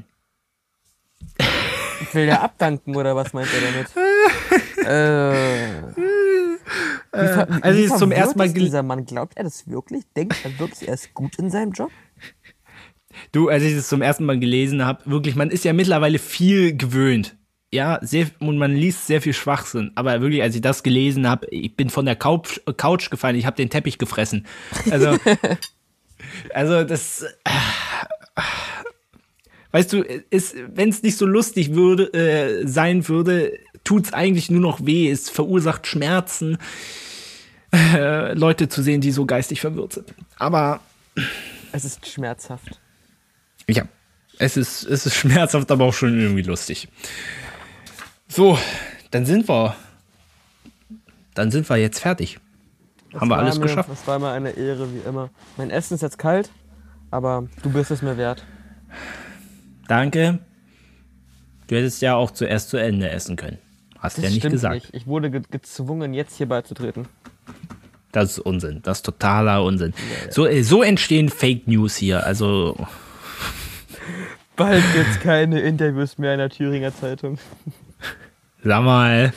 Will der abdanken oder was meint er damit? äh, wie ver-
also
wie
ich es zum
verwirrt
ersten Mal
ist
gel-
dieser Mann, glaubt er das wirklich? Denkt er wirklich, er ist gut in seinem Job?
Du, als ich es zum ersten Mal gelesen habe, wirklich, man ist ja mittlerweile viel gewöhnt. Ja, sehr, und man liest sehr viel Schwachsinn. Aber wirklich, als ich das gelesen habe, ich bin von der Couch, Couch gefallen, ich habe den Teppich gefressen. Also, also das, äh, Weißt du, wenn es nicht so lustig würde, äh, sein würde, tut's eigentlich nur noch weh. Es verursacht Schmerzen, äh, Leute zu sehen, die so geistig verwirrt sind. Aber
es ist schmerzhaft.
Ja, es ist, es ist schmerzhaft, aber auch schon irgendwie lustig. So, dann sind wir, dann sind wir jetzt fertig.
Das
Haben wir alles
mir,
geschafft?
Das war mir eine Ehre, wie immer. Mein Essen ist jetzt kalt, aber du bist es mir wert.
Danke. Du hättest ja auch zuerst zu Ende essen können. Hast
das
ja nicht
stimmt
gesagt.
Nicht. Ich wurde ge- gezwungen, jetzt hier beizutreten.
Das ist Unsinn. Das ist totaler Unsinn.
Ja, ja.
So, so entstehen Fake News hier. Also.
Bald gibt's keine Interviews mehr in der Thüringer Zeitung.
Sag mal.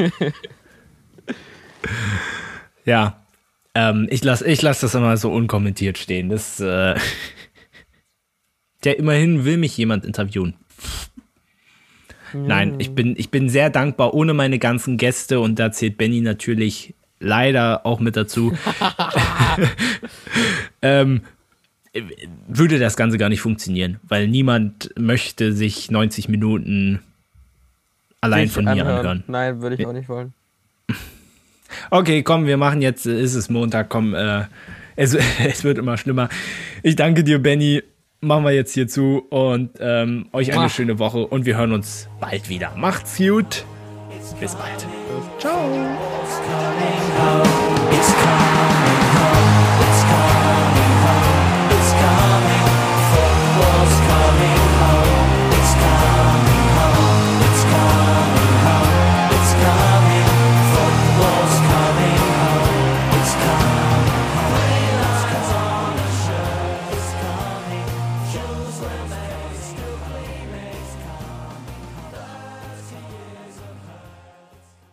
Ja. Ähm, ich lasse ich lass das immer so unkommentiert stehen. Das, äh ja, immerhin will mich jemand interviewen. Nein, ich bin, ich bin sehr dankbar ohne meine ganzen Gäste und da zählt Benny natürlich leider auch mit dazu. ähm, würde das Ganze gar nicht funktionieren, weil niemand möchte sich neunzig Minuten allein von mir anhören.
Nein, würde ich auch nicht wollen.
Okay, komm, wir machen jetzt, ist es Montag, komm, äh, es, es wird immer schlimmer. Ich danke dir, Benny. Machen wir jetzt hier zu und ähm, euch eine Ach. schöne Woche und wir hören uns bald wieder. Macht's gut. Bis bald.
Ciao.